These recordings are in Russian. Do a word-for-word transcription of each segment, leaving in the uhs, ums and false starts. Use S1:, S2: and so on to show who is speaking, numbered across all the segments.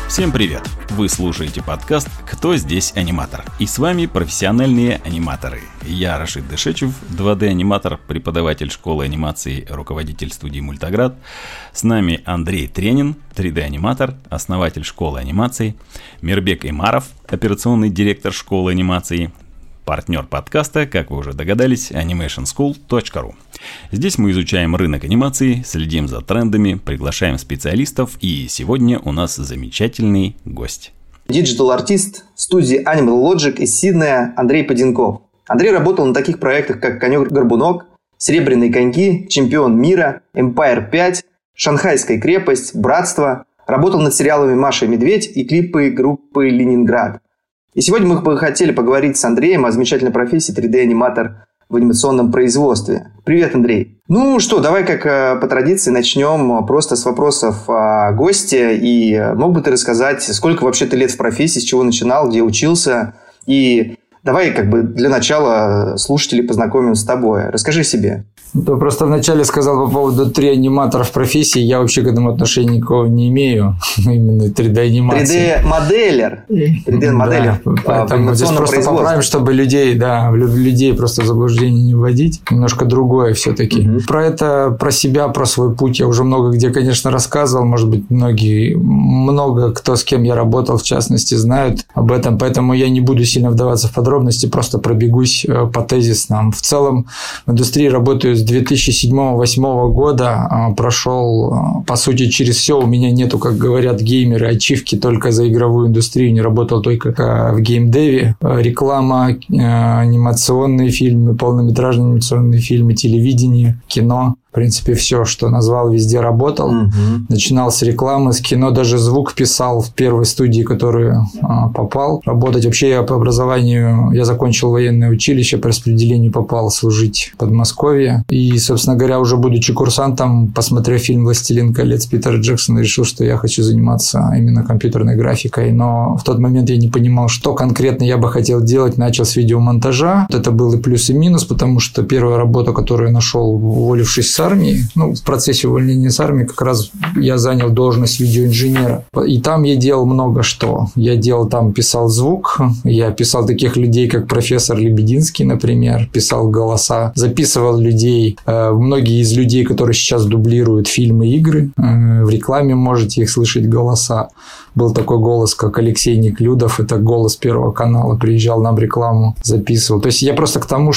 S1: Всем привет! Вы слушаете подкаст «Кто здесь аниматор?» И с вами профессиональные аниматоры. Я Рашид Дышечев, два дэ-аниматор, преподаватель школы анимации, руководитель студии «Мультоград». С нами Андрей Тренин, три дэ-аниматор, основатель школы анимации. Мирбек Имаров, операционный директор школы анимации. Партнер подкаста, как вы уже догадались, анимейшн скул точка ру. Здесь мы изучаем рынок анимации, следим за трендами, приглашаем специалистов, и сегодня у нас замечательный гость.
S2: Диджитал-артист студии Animal Logic из Сиднея Андрей Поденков. Андрей работал на таких проектах, как «Конек-горбунок», «Серебряные коньки», «Чемпион мира», «Эмпайр пять», «Шанхайская крепость», «Братство». Работал над сериалами «Маша и Медведь» и клипы группы «Ленинград». И сегодня мы бы хотели поговорить с Андреем о замечательной профессии три дэ-аниматор в анимационном производстве. Привет, Андрей. Ну что, давай как по традиции начнем просто с вопросов о госте. И мог бы ты рассказать, сколько вообще ты лет в профессии, с чего начинал, где учился? И давай как бы для начала слушателей познакомим с тобой. Расскажи о себе.
S3: То просто вначале сказал по поводу три аниматора в профессии. Я вообще к этому отношения никакого не имею. Именно три дэ-анимации.
S2: три дэ-моделер. три дэ-моделер.
S3: Да, поэтому здесь просто поправим, чтобы людей, да, людей просто в заблуждение не вводить. Немножко другое все-таки. Угу. Про это, про себя, про свой путь я уже много где, конечно, рассказывал. Может быть, многие, много кто, с кем я работал, в частности, знают об этом. Поэтому я не буду сильно вдаваться в подробности, просто пробегусь по тезисам. В целом, в индустрии работаю с две тысячи седьмого-две тысячи восьмого года, прошел, по сути, через все. У меня нету, как говорят геймеры, ачивки только за игровую индустрию, не работал только в геймдеве. Реклама, анимационные фильмы, полнометражные анимационные фильмы, телевидение, кино. В принципе, все, что назвал, везде работал. Угу. Начинал с рекламы, с кино, даже звук писал в первой студии, в которую а, попал работать. Вообще, я по образованию, я закончил военное училище, по распределению попал служить в Подмосковье. И, собственно говоря, уже будучи курсантом, посмотрев фильм «Властелин колец» Питера Джексона, решил, что я хочу заниматься именно компьютерной графикой. Но в тот момент я не понимал, что конкретно я бы хотел делать. Начал с видеомонтажа. Вот это был и плюс, и минус, потому что первая работа, которую я нашел, уволившись с армии, ну, в процессе увольнения с армии как раз я занял должность видеоинженера. И там я делал много что. Я делал там, писал звук, я писал таких людей, как профессор Лебединский, например, писал голоса, записывал людей. Многие из людей, которые сейчас дублируют фильмы и игры, в рекламе можете их слышать голоса. Был такой голос, как Алексей Неклюдов, это голос Первого канала, приезжал нам рекламу, записывал. То есть я просто к тому,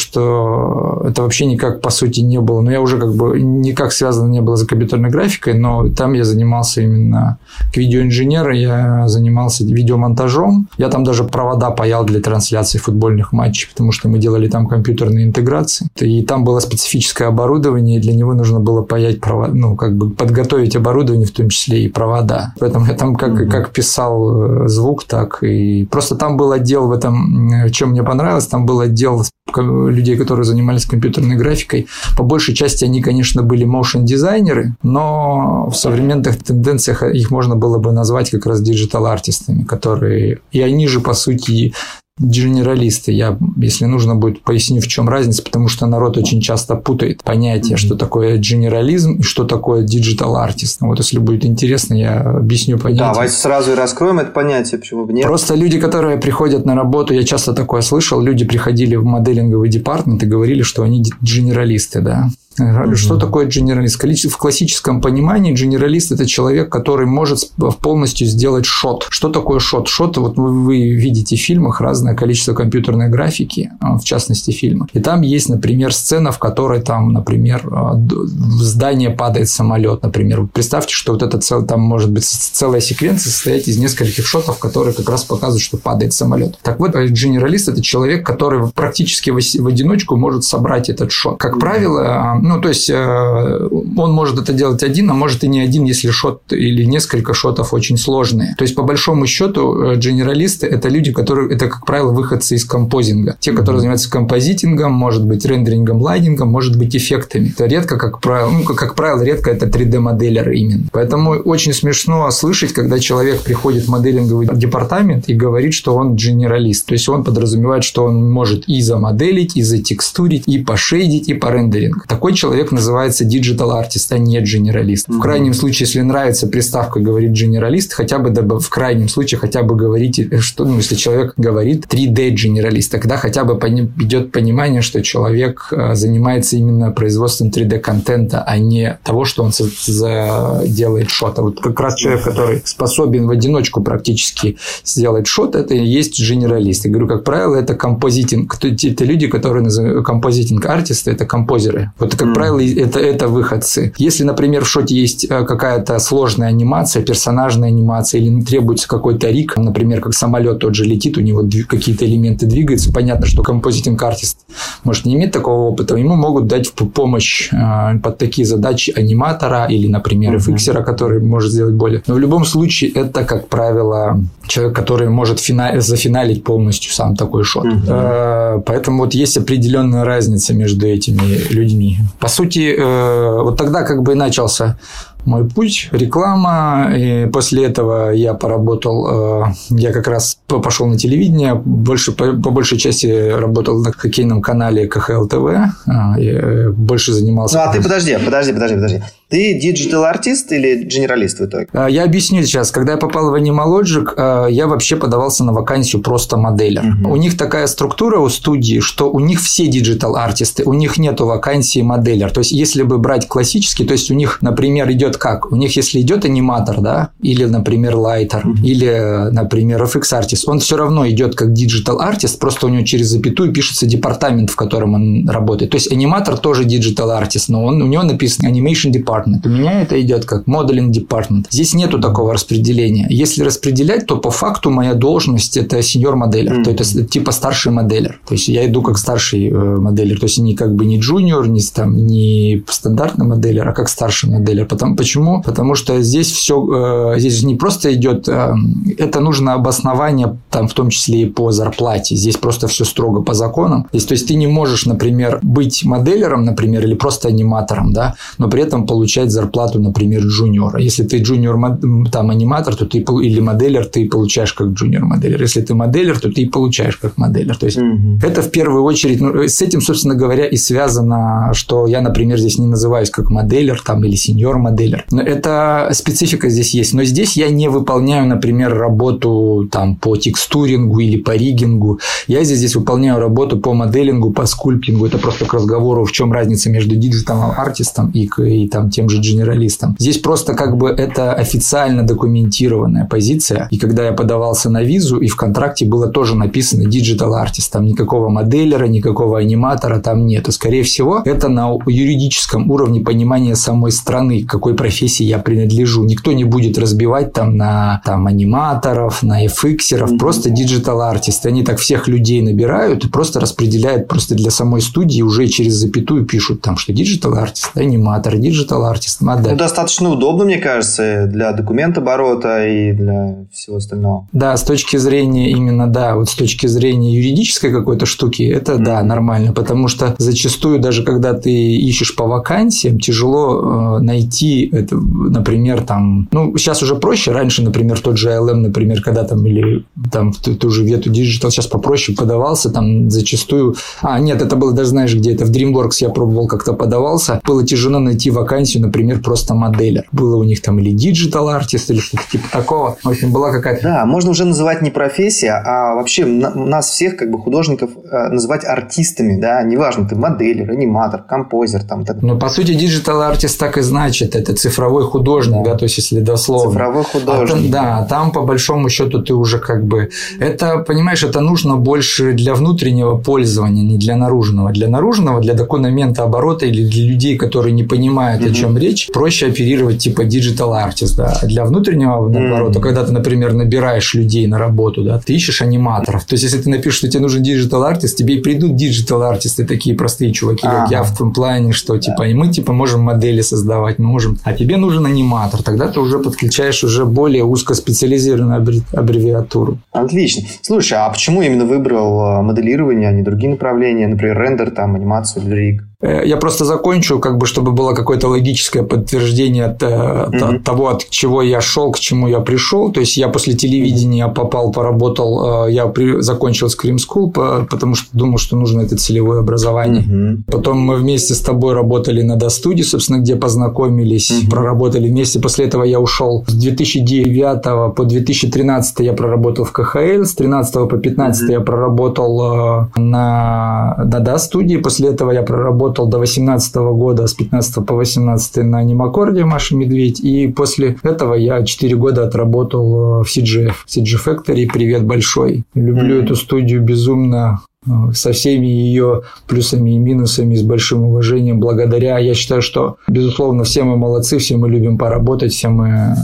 S3: что это вообще никак по сути не было. Но я уже как бы никак связано не было с компьютерной графикой, но там я занимался именно к видеоинженеру, я занимался видеомонтажом. Я там даже провода паял для трансляции футбольных матчей, потому что мы делали там компьютерные интеграции. И там было специфическое оборудование, и для него нужно было паять провода, ну, как бы подготовить оборудование, в том числе и провода. Поэтому я там как, mm-hmm. как писал звук, так и просто там был отдел в этом, чем мне понравилось, там был отдел людей, которые занимались компьютерной графикой. По большей части они, конечно, были моушн-дизайнеры, но в современных тенденциях их можно было бы назвать как раз диджитал-артистами, которые... И они же, по сути, генералисты. Я, если нужно будет, поясню, в чем разница, потому что народ очень часто путает понятие, mm-hmm. что такое генерализм и что такое диджитал-артист. Вот если будет интересно, я объясню понятие.
S2: Давайте сразу и раскроем это понятие, почему бы нет.
S3: Просто люди, которые приходят на работу, я часто такое слышал, люди приходили в моделинговый департамент и говорили, что они генералисты, да. Mm-hmm. Что такое генералист? В классическом понимании генералист – это человек, который может полностью сделать шот. Что такое шот? Шот, вот вы видите в фильмах разное количество компьютерной графики, в частности фильмов. И там есть, например, сцена, в которой там, например, в здание падает самолет, например. Представьте, что вот это цел, там может быть целая секвенция состоять из нескольких шотов, которые как раз показывают, что падает самолет. Так вот, генералист – это человек, который практически в одиночку может собрать этот шот. Как правило, ну, то есть, он может это делать один, а может и не один, если шот или несколько шотов очень сложные. То есть, по большому счету, генералисты – это люди, которые, это, как правило, выходцы из композинга. Те, которые занимаются композитингом, может быть, рендерингом, лайнингом, может быть, эффектами. Это редко, как правило, ну, как правило, редко это три дэ-моделеры именно. Поэтому очень смешно слышать, когда человек приходит в моделинговый департамент и говорит, что он генералист. То есть, он подразумевает, что он может и замоделить, и затекстурить, и пошейдить, и порендеринг. Такой такой человек называется digital artist, а не generalist. Mm-hmm. В крайнем случае, если нравится приставка говорит generalist, хотя бы в крайнем случае хотя бы говорите, что, ну, если человек говорит три дэ generalist, тогда хотя бы идет понимание, что человек занимается именно производством три дэ-контента, а не того, что он делает шот. А вот как раз человек, который способен в одиночку практически сделать шот, это и есть генералист. Я говорю, как правило, это композитинг. Это люди, которые называют композитинг-артисты, это композеры. Вот, как mm. правило, это, это выходцы. Если, например, в шоте есть какая-то сложная анимация, персонажная анимация, или требуется какой-то рик, например, как самолет тот же летит, у него какие-то элементы двигаются, понятно, что композитинг-артист может не иметь такого опыта, ему могут дать в помощь э, под такие задачи аниматора или, например, эф иксера, mm-hmm. который может сделать более. Но в любом случае это, как правило, человек, который может фина... зафиналить полностью сам такой шот. Mm-hmm. Э, поэтому вот есть определенная разница между этими людьми. По сути, э, вот тогда как бы и начался мой путь, реклама, и после этого я поработал, я как раз пошел на телевидение, больше, по, по большей части работал на хоккейном канале ка ха эл тэ вэ, больше занимался...
S2: Ну, а ты подожди, подожди, подожди, подожди. Ты диджитал-артист или генералист в итоге?
S3: Я объясню сейчас. Когда я попал в Animalogic, я вообще подавался на вакансию просто моделер. Uh-huh. У них такая структура у студии, что у них все диджитал-артисты, у них нету вакансии моделер. То есть, если бы брать классический, то есть, у них, например, идет как? У них, если идет аниматор, да, или, например, лайтер, uh-huh. или, например, эф икс-артист, он все равно идет как диджитал-артист, просто у него через запятую пишется департамент, в котором он работает. То есть, аниматор тоже диджитал-артист, но он, у него написано Animation Department. У меня это идет как Modeling Department. Здесь нету такого распределения. Если распределять, то по факту моя должность это senior моделер, mm-hmm. то есть это типа старший моделер. То есть я иду как старший моделер, то есть не как бы не junior, не, там, не стандартный моделер, а как старший моделер. Потому, почему? Потому что здесь все, здесь не просто идет, это нужно обоснование, там, в том числе и по зарплате. Здесь просто все строго по законам. Здесь, то есть ты не можешь, например, быть моделером, например, или просто аниматором, да, но при этом получать зарплату, например, джуниора. Если ты джуниор там аниматор, то ты или моделер, ты получаешь как джуниор моделер. Если ты моделер, то ты получаешь как моделер. То есть mm-hmm. это в первую очередь, ну, с этим, собственно говоря, и связано, что я, например, здесь не называюсь как моделер там, или сеньор моделер. Но это специфика здесь есть. Но здесь я не выполняю, например, работу там, по текстурингу или по риггингу. Я здесь, здесь выполняю работу по моделингу, по скульптингу. Это просто к разговору, в чем разница между диджитал-артистом и, и там, тем же генералистом. Здесь просто как бы это официально документированная позиция. И когда я подавался на визу, и в контракте было тоже написано digital artist. Там никакого моделера, никакого аниматора там нету. Скорее всего, это на юридическом уровне понимания самой страны, к какой профессии я принадлежу. Никто не будет разбивать там на там, аниматоров, на эф иксеров. Mm-hmm. Просто digital artist. Они так всех людей набирают и просто распределяют просто для самой студии, уже через запятую пишут там, что digital artist, аниматор, digital артист, модель.
S2: Ну, достаточно удобно, мне кажется, для документооборота и для всего остального.
S3: Да, с точки зрения именно, да, вот с точки зрения юридической какой-то штуки, это, mm-hmm. да, нормально, потому что зачастую даже когда ты ищешь по вакансиям, тяжело э, найти, это, например, там, ну, сейчас уже проще, раньше, например, тот же ай эл эм, например, когда там, или там, ты, ты уже в Вету Digital сейчас попроще подавался, там, зачастую, а, нет, это было даже, знаешь, где это, в DreamWorks я пробовал как-то подавался, было тяжело найти вакансию, например, просто моделер. Было у них там или диджитал артист, или что-то типа такого. В общем, была какая-то...
S2: Да, можно уже называть не профессия, а вообще нас всех, как бы, художников называть артистами, да, неважно, ты моделер, аниматор, композер, там. Так...
S3: Ну, по сути, диджитал артист так и значит, это цифровой художник, да, да то есть, если дословно.
S2: Цифровой художник.
S3: А там, да, там, по большому счету, ты уже как бы... Это, понимаешь, это нужно больше для внутреннего пользования, не для наружного. Для наружного, для документа оборота или для людей, которые не понимают, mm-hmm. о чем речь, проще оперировать типа digital artist, да. А для внутреннего оборота, mm-hmm. когда ты, например, набираешь людей на работу, да, ты ищешь аниматоров. То есть, если ты напишешь, что тебе нужен digital artist, тебе и придут digital артисты, такие простые чуваки, как я, в том плане, что типа, и мы типа можем модели создавать, мы можем, а тебе нужен аниматор, тогда ты уже подключаешь уже более узкоспециализированную аббревиатуру.
S2: Отлично. Слушай, а почему именно выбрал моделирование, а не другие направления, например, рендер, там, анимацию или риг?
S3: Я просто закончу, как бы, чтобы было какое-то логическое подтверждение от, mm-hmm. от того, от чего я шел, к чему я пришел. То есть я после телевидения попал, поработал, я при... закончил Scream School, потому что думал, что нужно это целевое образование. Mm-hmm. Потом мы вместе с тобой работали на Достуде, собственно, где познакомились, mm-hmm. проработали вместе. После этого я ушел с две тысячи девятого по две тысячи тринадцатый я проработал в ка ха эл, с тринадцатого по пятнадцатый mm-hmm. я проработал на, на Достуде, после этого я проработал до восемнадцатого года, с пятнадцатого по восемнадцатый на Анимакорде Маша Медведь, и после этого я четыре года отработал в си джи эф, си джи Factory. Привет большой. Люблю mm-hmm. эту студию безумно, со всеми ее плюсами и минусами, с большим уважением. Благодаря, я считаю, что, безусловно, все мы молодцы, все мы любим поработать, все мы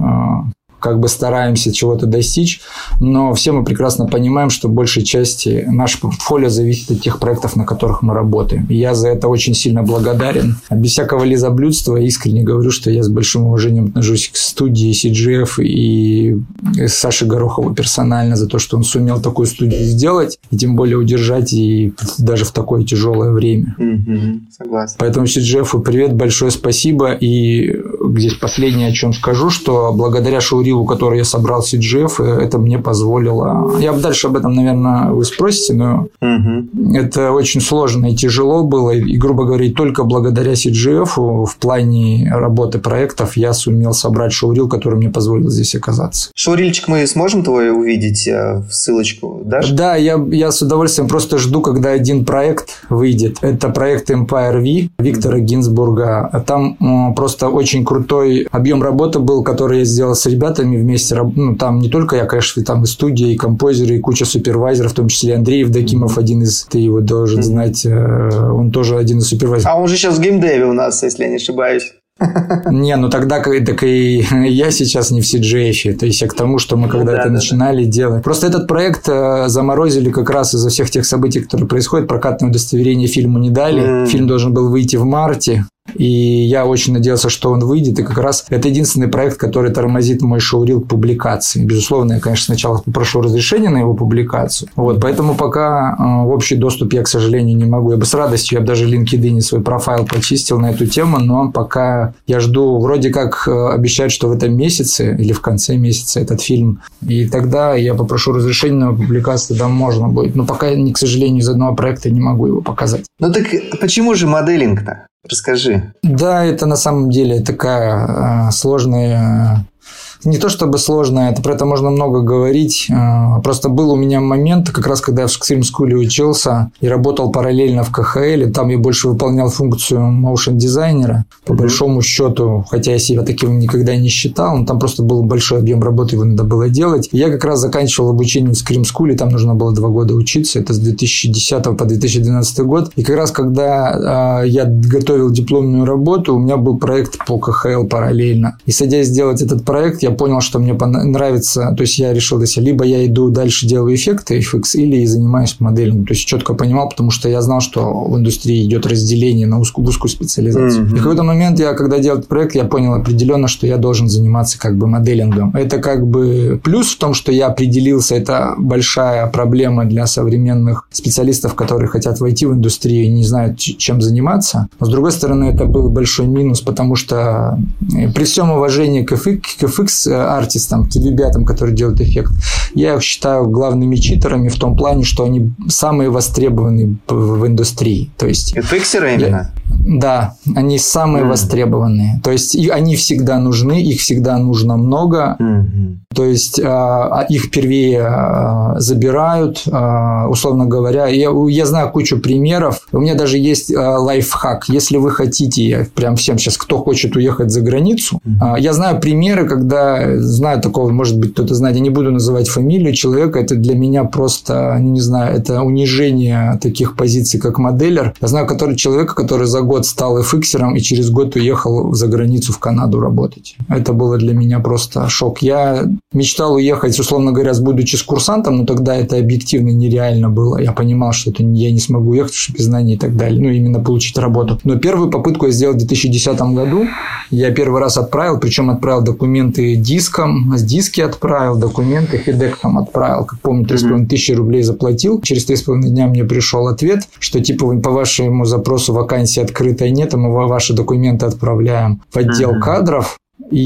S3: как бы стараемся чего-то достичь, но все мы прекрасно понимаем, что в большей части наше портфолио зависит от тех проектов, на которых мы работаем. И я за это очень сильно благодарен. Без всякого лизоблюдства искренне говорю, что я с большим уважением отношусь к студии си джи эф и Саше Горохову персонально за то, что он сумел такую студию сделать, и тем более удержать и даже в такое тяжелое время.
S2: Mm-hmm. Согласен.
S3: Поэтому си джи эф привет, большое спасибо. И здесь последнее, о чем скажу, что благодаря шоурилу, который я собрал си джи эф, это мне позволило... Я дальше об этом, наверное, вы спросите, но угу. это очень сложно и тяжело было. И, грубо говоря, только благодаря си джи эф в плане работы проектов я сумел собрать шоурил, который мне позволил здесь оказаться.
S2: Шоурильчик мы сможем твой увидеть, ссылочку дашь?
S3: Да, я, я с удовольствием просто жду, когда один проект выйдет. Это проект Empire V Виктора Гинзбурга. Там ну, просто очень крутой объем работы был, который я сделал с ребятами вместе. Ну, там не только я, конечно, там и студия, и композеры, и куча супервайзеров, в том числе Андрей Евдокимов, один из, ты его должен знать, он тоже один из супервайзеров.
S2: А он же сейчас в геймдеве у нас, если я не ошибаюсь.
S3: Не, ну тогда так и я сейчас не в си джи эф, то есть я к тому, что мы когда ну, да, это да, начинали да. делать. Просто этот проект заморозили как раз из-за всех тех событий, которые происходят. Прокатное удостоверение фильму не дали. Mm. Фильм должен был выйти в марте. И я очень надеялся, что он выйдет. И как раз это единственный проект, который тормозит мой шоурил к публикации. Безусловно, я, конечно, сначала попрошу разрешения на его публикацию. Вот, поэтому пока в общий доступ я, к сожалению, не могу. Я бы с радостью, я бы даже в LinkedIn свой профайл почистил на эту тему, но пока я жду, вроде как обещают, что в этом месяце или в конце месяца этот фильм. И тогда я попрошу разрешения на его публикацию, тогда можно будет. Но пока, к сожалению, из одного проекта не могу его показать.
S2: Ну так почему же моделинг-то? Расскажи.
S3: Да, это на самом деле такая э, сложная... Не то чтобы сложно, это про это можно много говорить. Просто был у меня момент, как раз когда я в Scream School учился и работал параллельно в ка ха эл, там я больше выполнял функцию моушн-дизайнера, по mm-hmm. большому счету, хотя я себя таким никогда не считал, но там просто был большой объем работы, его надо было делать. И я как раз заканчивал обучение в Scream School, там нужно было два года учиться, это с две тысячи десятого по две тысячи двенадцатый год. И как раз когда э, я готовил дипломную работу, у меня был проект по ка ха эл параллельно. И садясь сделать этот проект, я понял, что мне нравится, то есть я решил для себя, либо я иду дальше, делаю эффекты эф икс, или занимаюсь моделингом. То есть четко понимал, потому что я знал, что в индустрии идет разделение на узкую, узкую специализацию. Mm-hmm. И в какой-то момент я, когда делал этот проект, я понял определенно, что я должен заниматься как бы моделингом. Это как бы плюс в том, что я определился, это большая проблема для современных специалистов, которые хотят войти в индустрию и не знают, чем заниматься. Но с другой стороны, это был большой минус, потому что при всем уважении к эф икс артистам, к ребятам, которые делают эффект, я их считаю главными читерами в том плане, что они самые востребованные в индустрии. То есть
S2: эффексеры именно?
S3: Да, они самые mm. востребованные. То есть и они всегда нужны, их всегда нужно много. Mm-hmm. То есть а, их впервые а, забирают, а, условно говоря. Я, я знаю кучу примеров. У меня даже есть а, лайфхак. Если вы хотите, я прям всем сейчас, кто хочет уехать за границу, mm-hmm. а, я знаю примеры, когда, знаю такого, может быть, кто-то знает, я не буду называть фамилию человека, это для меня просто, не знаю, это унижение таких позиций, как моделер. Я знаю который, человека, который за год стал эф иксером и через год уехал за границу в Канаду работать. Это было для меня просто шок. Я мечтал уехать, условно говоря, будучи с курсантом, но тогда это объективно нереально было. Я понимал, что это я не смогу уехать, потому что без знаний и так далее. Ну, именно получить работу. Но первую попытку я сделал в две тысячи десятом году. Я первый раз отправил, причем отправил документы диском, с диски отправил, документы хедектом отправил. Как помню, три с половиной тысячи рублей заплатил. Через три с половиной дня мне пришел ответ, что типа по вашему запросу вакансии открытой нет, а мы ваши документы отправляем в отдел uh-huh. кадров.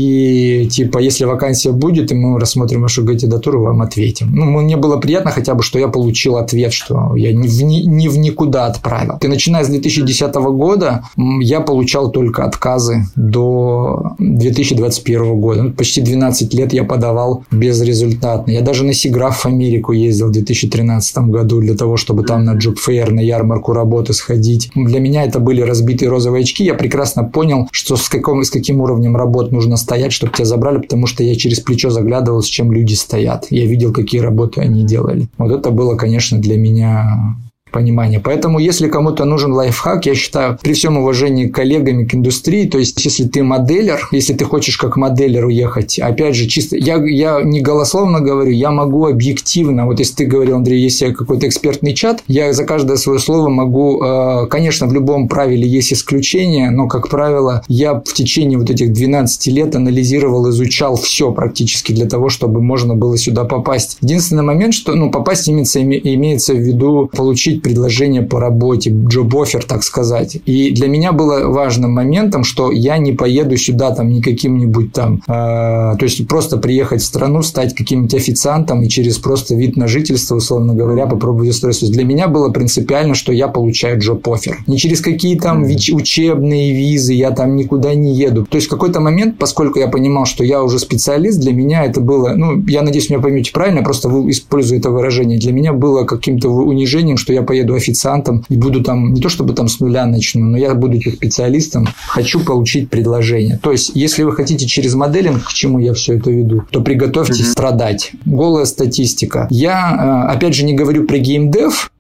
S3: И типа, если вакансия будет, и мы рассмотрим вашу кандидатуру, вам ответим. Ну, мне было приятно хотя бы, что я получил ответ, что я не в, ни, не в никуда отправил. И начиная с две тысячи десятого года я получал только отказы до две тысячи двадцать первого года. Ну, почти двенадцать лет я подавал безрезультатно. Я даже на Сиграф в Америку ездил в две тысячи тринадцатом году для того, чтобы там на джоб-фейр, на ярмарку работы сходить. Для меня это были разбитые розовые очки. Я прекрасно понял, что с, каком, с каким уровнем работ нужно стоять, чтобы тебя забрали, потому что я через плечо заглядывал, с чем люди стоят. Я видел, какие работы они делали. Вот это было, конечно, для меня понимание. Поэтому, если кому-то нужен лайфхак, я считаю, при всем уважении к коллегам, к индустрии, то есть, если ты моделер, если ты хочешь как моделер уехать, опять же, чисто, я, я не голословно говорю, я могу объективно, вот если ты говорил, Андрей, если какой-то экспертный чат, я за каждое свое слово могу, э, конечно, в любом правиле есть исключения, но, как правило, я в течение вот этих двенадцати лет анализировал, изучал все практически для того, чтобы можно было сюда попасть. Единственный момент, что, ну, попасть имеется, имеется в виду получить предложение по работе, job-offer, так сказать. И для меня было важным моментом, что я не поеду сюда там не каким-нибудь там, э, то есть просто приехать в страну, стать каким-нибудь официантом и через просто вид на жительство, условно говоря, попробовать устроиться. Для меня было принципиально, что я получаю job-offer. Не через какие там mm-hmm. учебные визы, я там никуда не еду. То есть в какой-то момент, поскольку я понимал, что я уже специалист, для меня это было, ну, я надеюсь, меня поймете правильно, я просто использую это выражение, для меня было каким-то унижением, что я поеду официантом и буду там, не то чтобы там с нуля начну, но я буду специалистом, хочу получить предложение. То есть, если вы хотите через моделинг, к чему я все это веду, то приготовьтесь mm-hmm. страдать. Голая статистика. Я, опять же, не говорю про геймдев,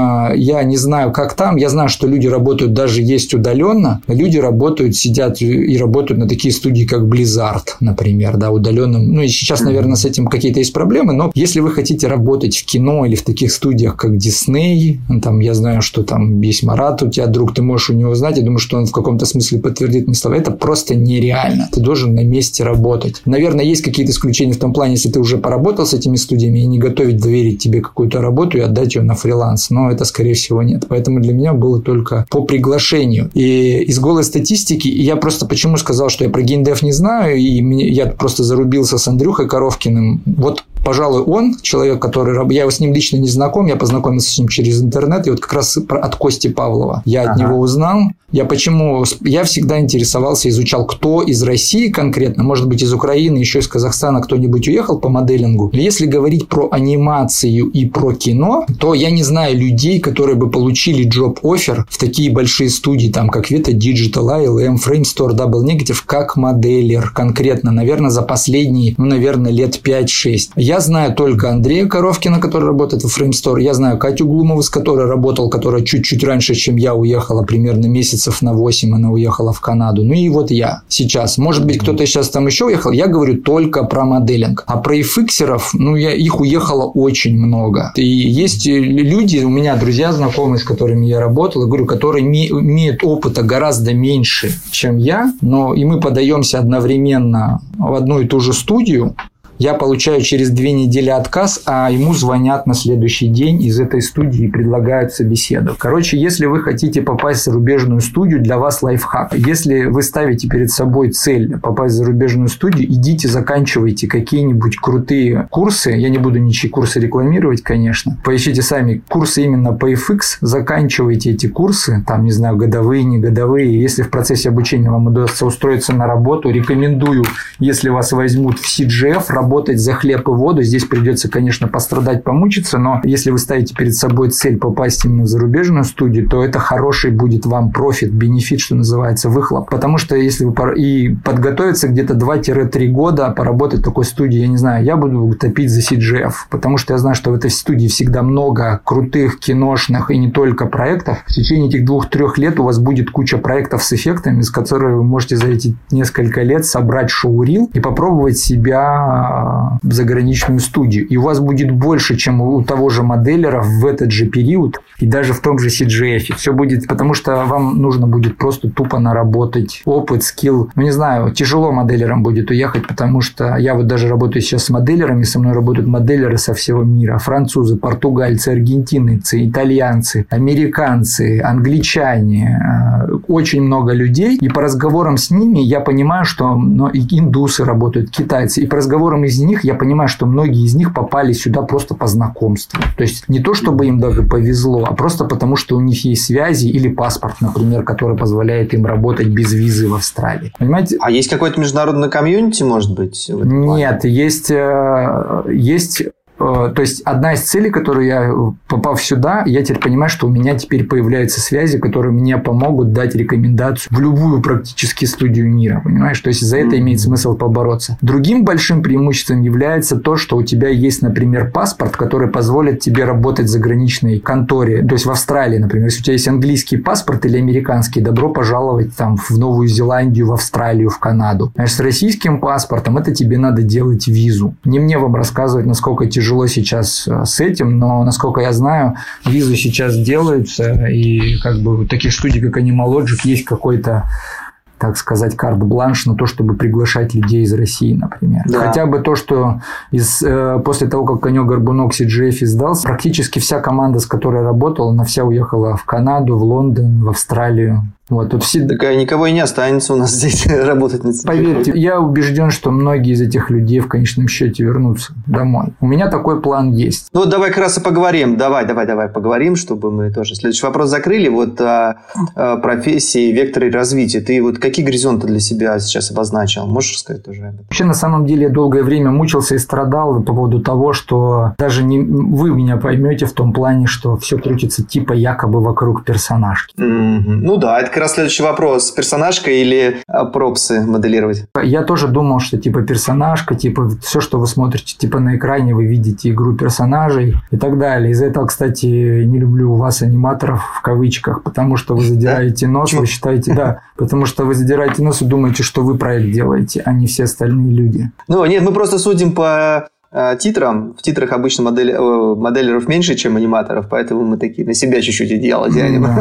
S3: я не знаю, как там. Я знаю, что люди работают, даже есть удаленно. Люди работают, сидят и работают на такие студии, как Blizzard, например, да, удаленным. Ну, и сейчас, наверное, с этим какие-то есть проблемы, но если вы хотите работать в кино или в таких студиях, как Disney, там, я знаю, что там есть Марат, у тебя друг, ты можешь у него знать, я думаю, что он в каком-то смысле подтвердит мои слова. Это просто нереально. Ты должен на месте работать. Наверное, есть какие-то исключения в том плане, если ты уже поработал с этими студиями и не готовить доверить тебе какую-то работу и отдать ее на фриланс. Но это, скорее всего, нет. Поэтому для меня было только по приглашению. И из голой статистики я просто почему сказал, что я про геймдев не знаю, и я просто зарубился с Андрюхой Коровкиным. Вот, пожалуй, он, человек, который... Я с ним лично не знаком, я познакомился с ним через интернет, и вот как раз от Кости Павлова я ага. от него узнал. Я почему... Я всегда интересовался, изучал, кто из России конкретно, может быть, из Украины, еще из Казахстана кто-нибудь уехал по моделингу. Но если говорить про анимацию и про кино, то я не знаю людей, которые бы получили job-offer в такие большие студии, там, как Veta Digital, эй эл эм, Framestore, Double Negative, как моделер конкретно, наверное, за последние, ну, наверное, лет пять-шесть. Я знаю только Андрея Коровкина, который работает в Framestore, я знаю Катю Глумову, с которой работал, которая чуть-чуть раньше, чем я уехала, примерно месяцев на восемь она уехала в Канаду. Ну и вот я сейчас. Может быть, кто-то сейчас там еще уехал. Я говорю только про моделинг. А про эфиксеров, ну, я, их уехало очень много. И есть люди, у меня друзья, знакомые, с которыми я работал, я говорю, которые имеют опыта гораздо меньше, чем я, но и мы подаемся одновременно в одну и ту же студию. Я получаю через две недели отказ, а ему звонят на следующий день из этой студии и предлагают собеседовать. Короче, если вы хотите попасть в зарубежную студию, для вас лайфхак. Если вы ставите перед собой цель попасть в зарубежную студию, идите, заканчивайте какие-нибудь крутые курсы. Я не буду ничьи курсы рекламировать, конечно. Поищите сами курсы именно по эф икс, заканчивайте эти курсы, там, не знаю, годовые, не годовые. Если в процессе обучения вам удастся устроиться на работу, рекомендую, если вас возьмут в си джи эф, работать за хлеб и воду. Здесь придется, конечно, пострадать, помучиться, но если вы ставите перед собой цель попасть именно в зарубежную студию, то это хороший будет вам профит, бенефит, что называется, выхлоп. Потому что если вы пор... и подготовиться где-то два-три года, поработать в такой студии, я не знаю, я буду топить за си джи эф, потому что я знаю, что в этой студии всегда много крутых киношных и не только проектов. В течение этих двух-трех лет у вас будет куча проектов с эффектами, с которыми вы можете за эти несколько лет собрать шоу-рил и попробовать себя в заграничную студию. И у вас будет больше, чем у того же моделлера в этот же период, и даже в том же си джи эф. Все будет, потому что вам нужно будет просто тупо наработать опыт, скилл. Ну, не знаю, тяжело моделлерам будет уехать, потому что я вот даже работаю сейчас с моделлерами, со мной работают моделлеры со всего мира. Французы, португальцы, аргентинцы, итальянцы, американцы, англичане. Очень много людей. И по разговорам с ними я понимаю, что ну, и индусы работают, китайцы. И по разговорам из них я понимаю, что многие из них попали сюда просто по знакомству. То есть не то, чтобы им даже повезло, а просто потому, что у них есть связи или паспорт, например, который позволяет им работать без визы в Австралии. Понимаете?
S2: А есть какое-то международное комьюнити, может быть?
S3: Нет, есть, есть... То есть, одна из целей, которую я, попав сюда, я теперь понимаю, что у меня теперь появляются связи, которые мне помогут дать рекомендацию в любую практически студию мира. Понимаешь? То есть, за это имеет смысл побороться. Другим большим преимуществом является то, что у тебя есть, например, паспорт, который позволит тебе работать в заграничной конторе. То есть, в Австралии, например, если у тебя есть английский паспорт или американский, добро пожаловать там, в Новую Зеландию, в Австралию, в Канаду. Знаешь, с российским паспортом это тебе надо делать визу. Не мне вам рассказывать, насколько тяжело сейчас с этим, но, насколько я знаю, визы сейчас делаются, и как бы у таких студий, как Animal Logic, есть какой-то, так сказать, карт-бланш на то, чтобы приглашать людей из России, например. Да. Хотя бы то, что из, э, после того, как Конек-Горбунок си джи эф сдался, практически вся команда, с которой я работал, она вся уехала в Канаду, в Лондон, в Австралию. Вот, тут все...
S2: Так никого и не останется у нас здесь работать на цепи.
S3: Поверьте, я убежден, что многие из этих людей в конечном счете вернутся домой. У меня такой план есть.
S2: Ну, вот давай как раз и поговорим. Давай, давай, давай поговорим, чтобы мы тоже следующий вопрос закрыли. Вот о, о профессии, векторе развития. Ты вот какие горизонты для себя сейчас обозначил? Можешь рассказать тоже об этом?
S3: Вообще, на самом деле, я долгое время мучился и страдал по поводу того, что даже не вы меня поймете в том плане, что все крутится типа якобы вокруг персонажки.
S2: Mm-hmm. Ну да, это как раз следующий вопрос. Персонажка или пропсы моделировать?
S3: Я тоже думал, что типа персонажка, типа все, что вы смотрите типа на экране, вы видите игру персонажей и так далее. Из-за этого, кстати, не люблю у вас аниматоров в кавычках, потому что вы задираете нос, вы считаете, да, потому что вы задираете нос и думаете, что вы проект делаете, а не все остальные люди.
S2: Ну, нет, мы просто судим по титрам. В титрах обычно модели, моделеров меньше, чем аниматоров, поэтому мы такие на себя чуть-чуть и делать.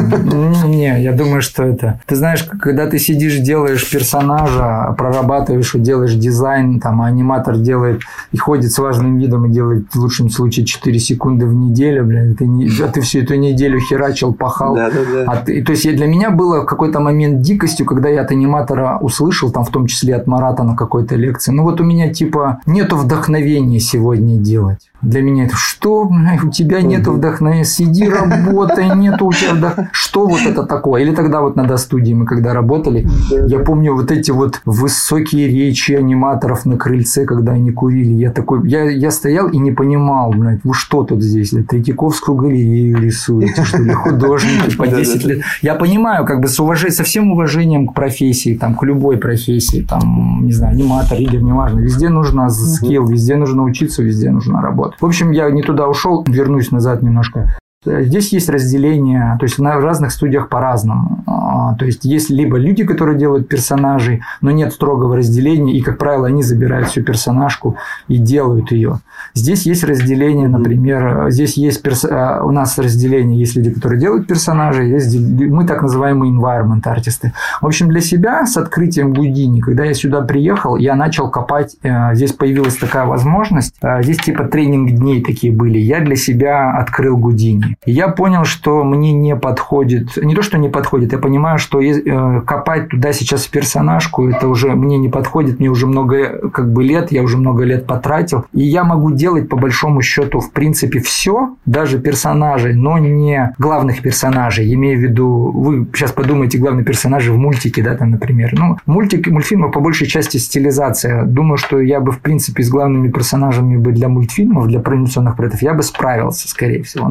S3: Не, я думаю, что это... Ты знаешь, когда ты сидишь, делаешь персонажа, прорабатываешь, делаешь дизайн, там, а аниматор делает и ходит с важным видом и делает в лучшем случае четыре секунды в неделю, блин, ты, не, а ты всю эту неделю херачил, пахал.
S2: Да, да, да.
S3: А ты, то есть, для меня было в какой-то момент дикостью, когда я от аниматора услышал, там, в том числе от Марата на какой-то лекции, ну вот у меня типа нету вдохновения сегодня делать. Для меня это что? У тебя нету вдохновения, сиди, работай, нету у тебя вдохновения. Что вот это такое? Или тогда вот на достудии мы когда работали, я помню вот эти вот высокие речи аниматоров на крыльце, когда они курили. Я такой, я, я стоял и не понимал, блядь, вы что тут здесь? Третьяковскую галерею рисуете, что ли? Художники по десять лет. Я понимаю, как бы с уважением, со всем уважением к профессии, там, к любой профессии, там, не знаю, аниматор, лидер, неважно. Везде нужно скилл, везде нужно учиться, везде нужно работать. В общем, я не туда ушел, вернусь назад немножко. Здесь есть разделение, то есть на разных студиях по-разному. То есть есть либо люди, которые делают персонажей, но нет строгого разделения, и, как правило, они забирают всю персонажку и делают ее. Здесь есть разделение, например, здесь есть перс... у нас разделение, есть люди, которые делают персонажей, есть мы так называемые environment артисты. В общем, для себя с открытием Гудини, когда я сюда приехал, я начал копать, здесь появилась такая возможность, здесь типа тренинг дней такие были, я для себя открыл Гудини. И я понял, что мне не подходит, не то, что не подходит, я понимаю, что копать туда сейчас персонажку, это уже мне не подходит, мне уже много как бы лет, я уже много лет потратил, и я могу делать по большому счету в принципе все, даже персонажей, но не главных персонажей, имею в виду, вы сейчас подумайте, главные персонажи в мультике, да, там, например, ну, мультики, мультфильмы по большей части стилизация, думаю, что я бы в принципе с главными персонажами бы для мультфильмов, для анимационных проектов я бы справился, скорее всего, но, например,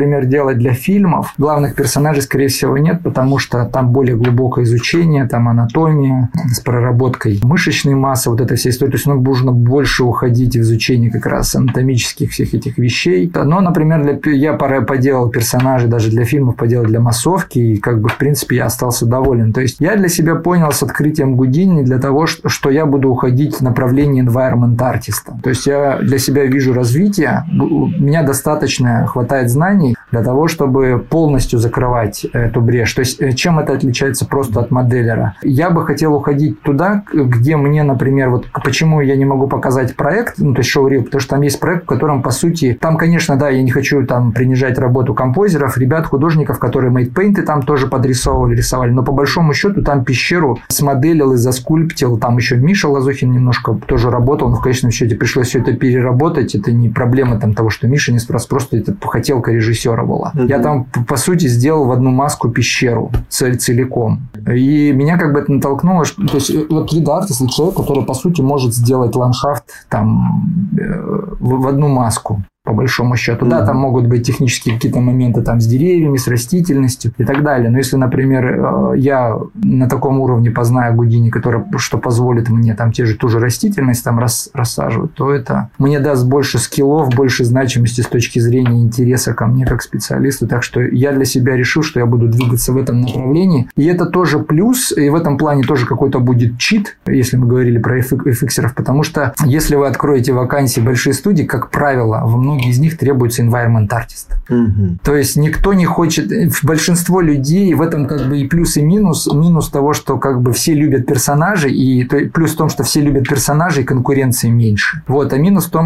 S3: например, делать для фильмов, главных персонажей, скорее всего, нет, потому что там более глубокое изучение, там анатомия с проработкой мышечной массы, вот эта вся история. То есть, ну, нужно больше уходить в изучение как раз анатомических всех этих вещей. Но, например, для, я поделал персонажей даже для фильмов, поделал для массовки, и как бы, в принципе, я остался доволен. То есть, я для себя понял с открытием Houdini для того, что, что я буду уходить в направлении environment артиста. То есть, я для себя вижу развитие, у меня достаточно хватает знаний для того, чтобы полностью закрывать эту брешь. То есть, чем это отличается просто от моделлера? Я бы хотел уходить туда, где мне, например, вот почему я не могу показать проект, ну, то есть шоу-рил, потому что там есть проект, в котором, по сути, там, конечно, да, я не хочу там принижать работу композеров, ребят, художников, которые мейдпейнты там тоже подрисовывали, рисовали, но по большому счету там пещеру смоделил и заскульптил, там еще Миша Лазухин немножко тоже работал, но в конечном счете пришлось все это переработать, это не проблема там того, что Миша не спрос, просто это хотелка режиссера была. Mm-hmm. Я там, по сути, сделал в одну маску пещеру целиком. И меня как бы это натолкнуло, что, то есть, вот три-д-артист, это человек, который, по сути, может сделать ландшафт там в, в одну маску. По большому счету. Mm-hmm. Да, там могут быть технические какие-то моменты там, с деревьями, с растительностью и так далее. Но если, например, я на таком уровне познаю Houdini, который, что позволит мне там те же, ту же растительность там, рас, рассаживать, то это мне даст больше скиллов, больше значимости с точки зрения интереса ко мне как специалисту. Так что я для себя решил, что я буду двигаться в этом направлении. И это тоже плюс, и в этом плане тоже какой-то будет чит, если мы говорили про эф икс еров, потому что если вы откроете вакансии большие студии, как правило, во многих из них требуется environment артист. Mm-hmm. То есть никто не хочет, большинство людей, в этом как бы и плюс, и минус. Минус того, что как бы все любят персонажей, и то, плюс в том, что все любят персонажей, конкуренции меньше. Вот, а минус в том,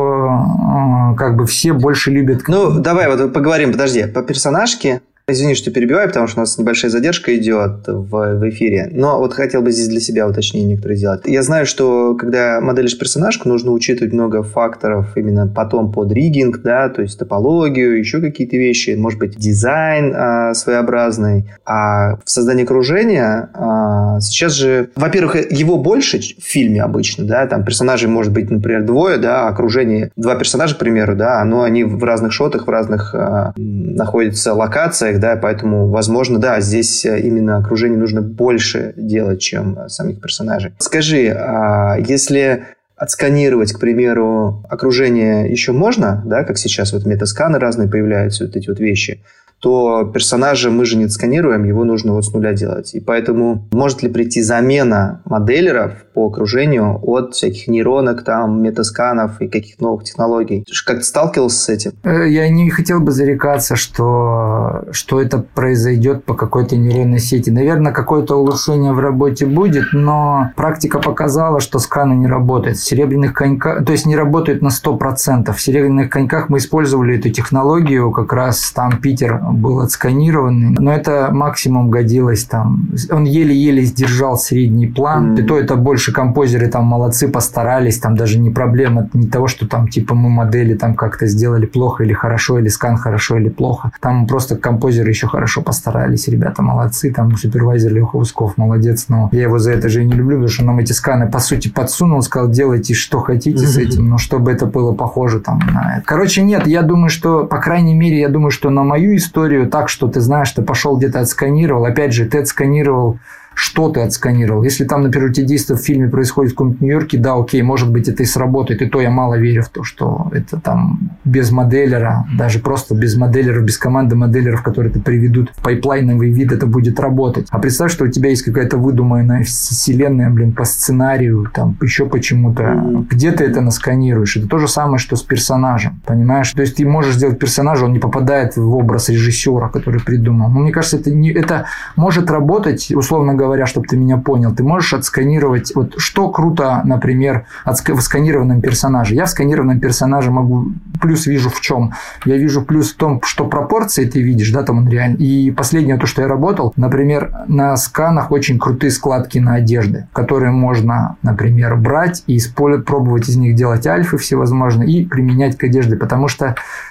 S3: что как бы все больше любят...
S2: Ну, давай вот поговорим, подожди, по персонажке. Извини, что перебиваю, потому что у нас небольшая задержка идет в, в эфире. Но вот хотел бы здесь для себя уточнение некоторые сделать. Я знаю, что когда моделишь персонажку, нужно учитывать много факторов именно потом под риггинг, да, то есть топологию, еще какие-то вещи, может быть, дизайн а, своеобразный. А в создании окружения а, сейчас же, во-первых, его больше в фильме обычно, да, там персонажей может быть, например, двое, да, окружение, два персонажа, к примеру, да, но они в разных шотах, в разных а, находятся локациях, да, поэтому, возможно, да, здесь именно окружение нужно больше делать, чем самих персонажей. Скажи, а если отсканировать, к примеру, окружение еще можно, да, как сейчас вот метасканы разные появляются, вот эти вот вещи, то персонажа мы же не отсканируем, его нужно вот с нуля делать. И поэтому может ли прийти замена моделеров по окружению от всяких нейронок, там, метасканов и каких-то новых технологий? Ты же как-то сталкивался с этим?
S3: Я не хотел бы зарекаться, что, что это произойдет по какой-то нейронной сети. Наверное, какое-то улучшение в работе будет, но практика показала, что сканы не работают. В серебряных коньках, то есть не работают на сто процентов. В серебряных коньках мы использовали эту технологию, как раз там Питер был отсканированный, но это максимум годилось там. Он еле-еле сдержал средний план. Mm-hmm. И то это больше композеры там молодцы, постарались, там даже не проблема не того, что там типа мы модели там как-то сделали плохо или хорошо, или скан хорошо или плохо. Там просто композеры еще хорошо постарались, ребята молодцы, там супервайзер Леха Усков молодец, но я его за это же и не люблю, потому что нам эти сканы по сути подсунул, сказал, делайте что хотите mm-hmm. с этим, но чтобы это было похоже там на это. Короче, нет, я думаю, что, по крайней мере, я думаю, что на мою историю так, что ты знаешь, ты пошел где-то отсканировал. Опять же, ты отсканировал, что ты отсканировал. Если там, например, у тебя действие в фильме происходит в каком-нибудь Нью-Йорке, да, окей, может быть, это и сработает. И то я мало верю в то, что это там без моделлера, даже просто без моделлеров, без команды моделлеров, которые это приведут в пайплайновый вид, это будет работать. А представь, что у тебя есть какая-то выдуманная вселенная, блин, по сценарию, там, еще почему-то. Mm-hmm. Где ты это насканируешь? Это то же самое, что с персонажем, понимаешь? То есть ты можешь сделать персонажа, он не попадает в образ режиссера, который придумал. Но мне кажется, это, не, это может работать, условно говоря, говоря, чтобы ты меня понял, ты можешь отсканировать, вот что круто, например, в сканированном персонаже. Я в сканированном персонаже могу, плюс вижу в чем? Я вижу плюс в том, что пропорции ты видишь, да, там он реально. И последнее, то, что я работал, например, на сканах очень крутые складки на одежде, которые можно, например, брать и использовать, пробовать из них делать альфы всевозможные и применять к одежде, потому что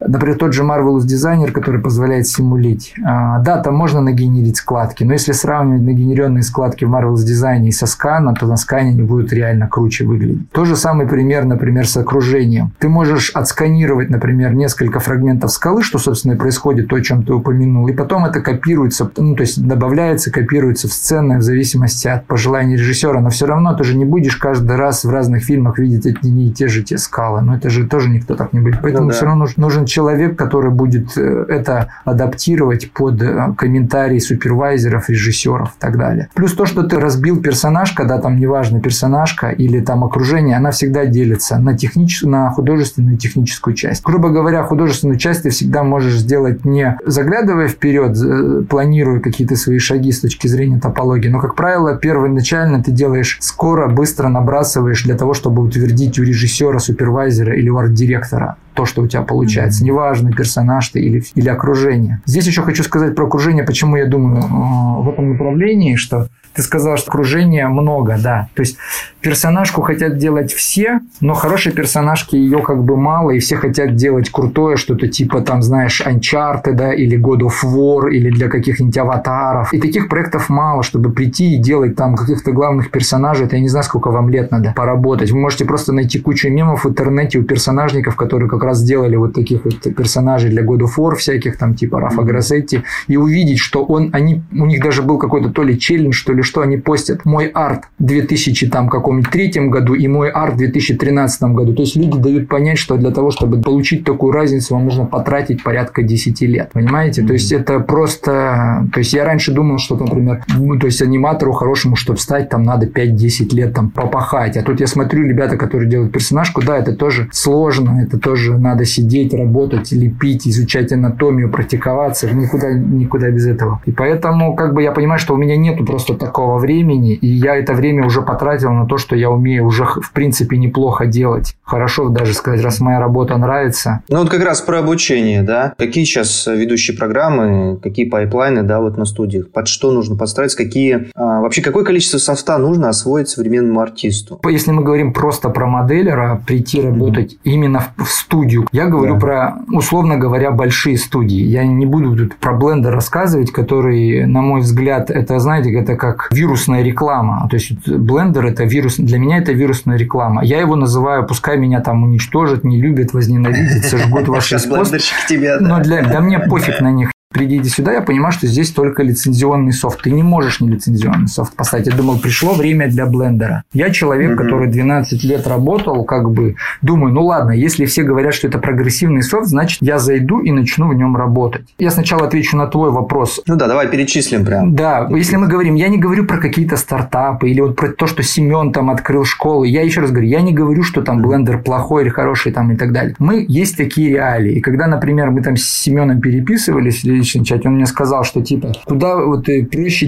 S3: например, тот же Marvelous Designer, который позволяет симулить. Да, там можно нагенерить складки, но если сравнивать нагенеренные складки в Marvelous Design и со скана, то на скане они будут реально круче выглядеть. То же самый пример, например, с окружением. Ты можешь отсканировать, например, несколько фрагментов скалы, что, собственно, и происходит, то, о чем ты упомянул, и потом это копируется, ну, то есть добавляется, копируется в сцены в зависимости от пожеланий режиссера, но все равно ты же не будешь каждый раз в разных фильмах видеть одни и те же те скалы, но это же тоже никто так не будет. Поэтому ну, да. все равно нужен человек, который будет это адаптировать под комментарии супервайзеров, режиссеров и так далее. Плюс то, что ты разбил персонаж, когда там неважно персонажка или там окружение, она всегда делится на, технич... на художественную и техническую часть. Грубо говоря, художественную часть ты всегда можешь сделать не заглядывая вперед, планируя какие-то свои шаги с точки зрения топологии, но, как правило, первоначально ты делаешь скоро, быстро набрасываешь для того, чтобы утвердить у режиссера, супервайзера или у арт-директора то, что у тебя получается. Mm-hmm. Неважно, персонаж ты или, или окружение. Здесь еще хочу сказать про окружение, почему я думаю в этом направлении, что ты сказал, что окружения много, да. То есть персонажку хотят делать все, но хорошей персонажки ее как бы мало, и все хотят делать крутое, что-то типа там, знаешь, Uncharted, да, или God of War, или для каких-нибудь аватаров. И таких проектов мало, чтобы прийти и делать там каких-то главных персонажей. Это я не знаю, сколько вам лет надо поработать. Вы можете просто найти кучу мемов в интернете у персонажников, которые как раз делали вот таких вот персонажей для God of War всяких, там типа Рафа mm-hmm. Гроссетти, и увидеть, что он, они, у них даже был какой-то то ли челлендж, то ли что, они постят мой арт в две тысячи третьем году и мой арт в две тысячи тринадцатом году. То есть люди дают понять, что для того, чтобы получить такую разницу, вам нужно потратить порядка десять лет. Понимаете? Mm-hmm. То есть это просто... То есть я раньше думал, что, например, ну, то есть аниматору хорошему, чтобы стать, там надо пять-десять лет там попахать. А тут я смотрю, ребята, которые делают персонажку, да, это тоже сложно, это тоже надо сидеть, работать, лепить, изучать анатомию, практиковаться, никуда, никуда без этого. И поэтому, как бы, я понимаю, что у меня нету просто такого времени, и я это время уже потратил на то, что я умею уже, в принципе, неплохо делать. Хорошо даже сказать, раз моя работа нравится.
S2: Ну, вот как раз про обучение, да? Какие сейчас ведущие программы, какие пайплайны, да, вот на студиях? Под что нужно подстраиваться? Какие... А, вообще, какое количество софта нужно освоить современному артисту?
S3: Если мы говорим просто про моделлера, прийти работать mm-hmm. именно в, в студию, я говорю да. про, условно говоря, большие студии. Я не буду тут про Blender рассказывать, который, на мой взгляд, это, знаете, это как вирусная реклама. То есть Blender это вирус, для меня это вирусная реклама. Я его называю, пускай меня там уничтожат, не любят, возненавидят, сожгут ваши способы. Но для, да мне пофиг на них. Придите сюда, я понимаю, что здесь только лицензионный софт. Ты не можешь не лицензионный софт поставить. Я думал, пришло время для блендера. Я человек, mm-hmm. который двенадцать лет работал, как бы думаю, ну ладно, если все говорят, что это прогрессивный софт, значит, я зайду и начну в нем работать. Я сначала отвечу на твой вопрос.
S2: Ну да, давай перечислим прям.
S3: Да, если мы говорим, я не говорю про какие-то стартапы или вот про то, что Семен там открыл школу. Я еще раз говорю, я не говорю, что там блендер плохой или хороший там и так далее. Мы, есть такие реалии. И когда, например, мы там с Семеном переписывались, чате, он мне сказал, что типа куда вот проще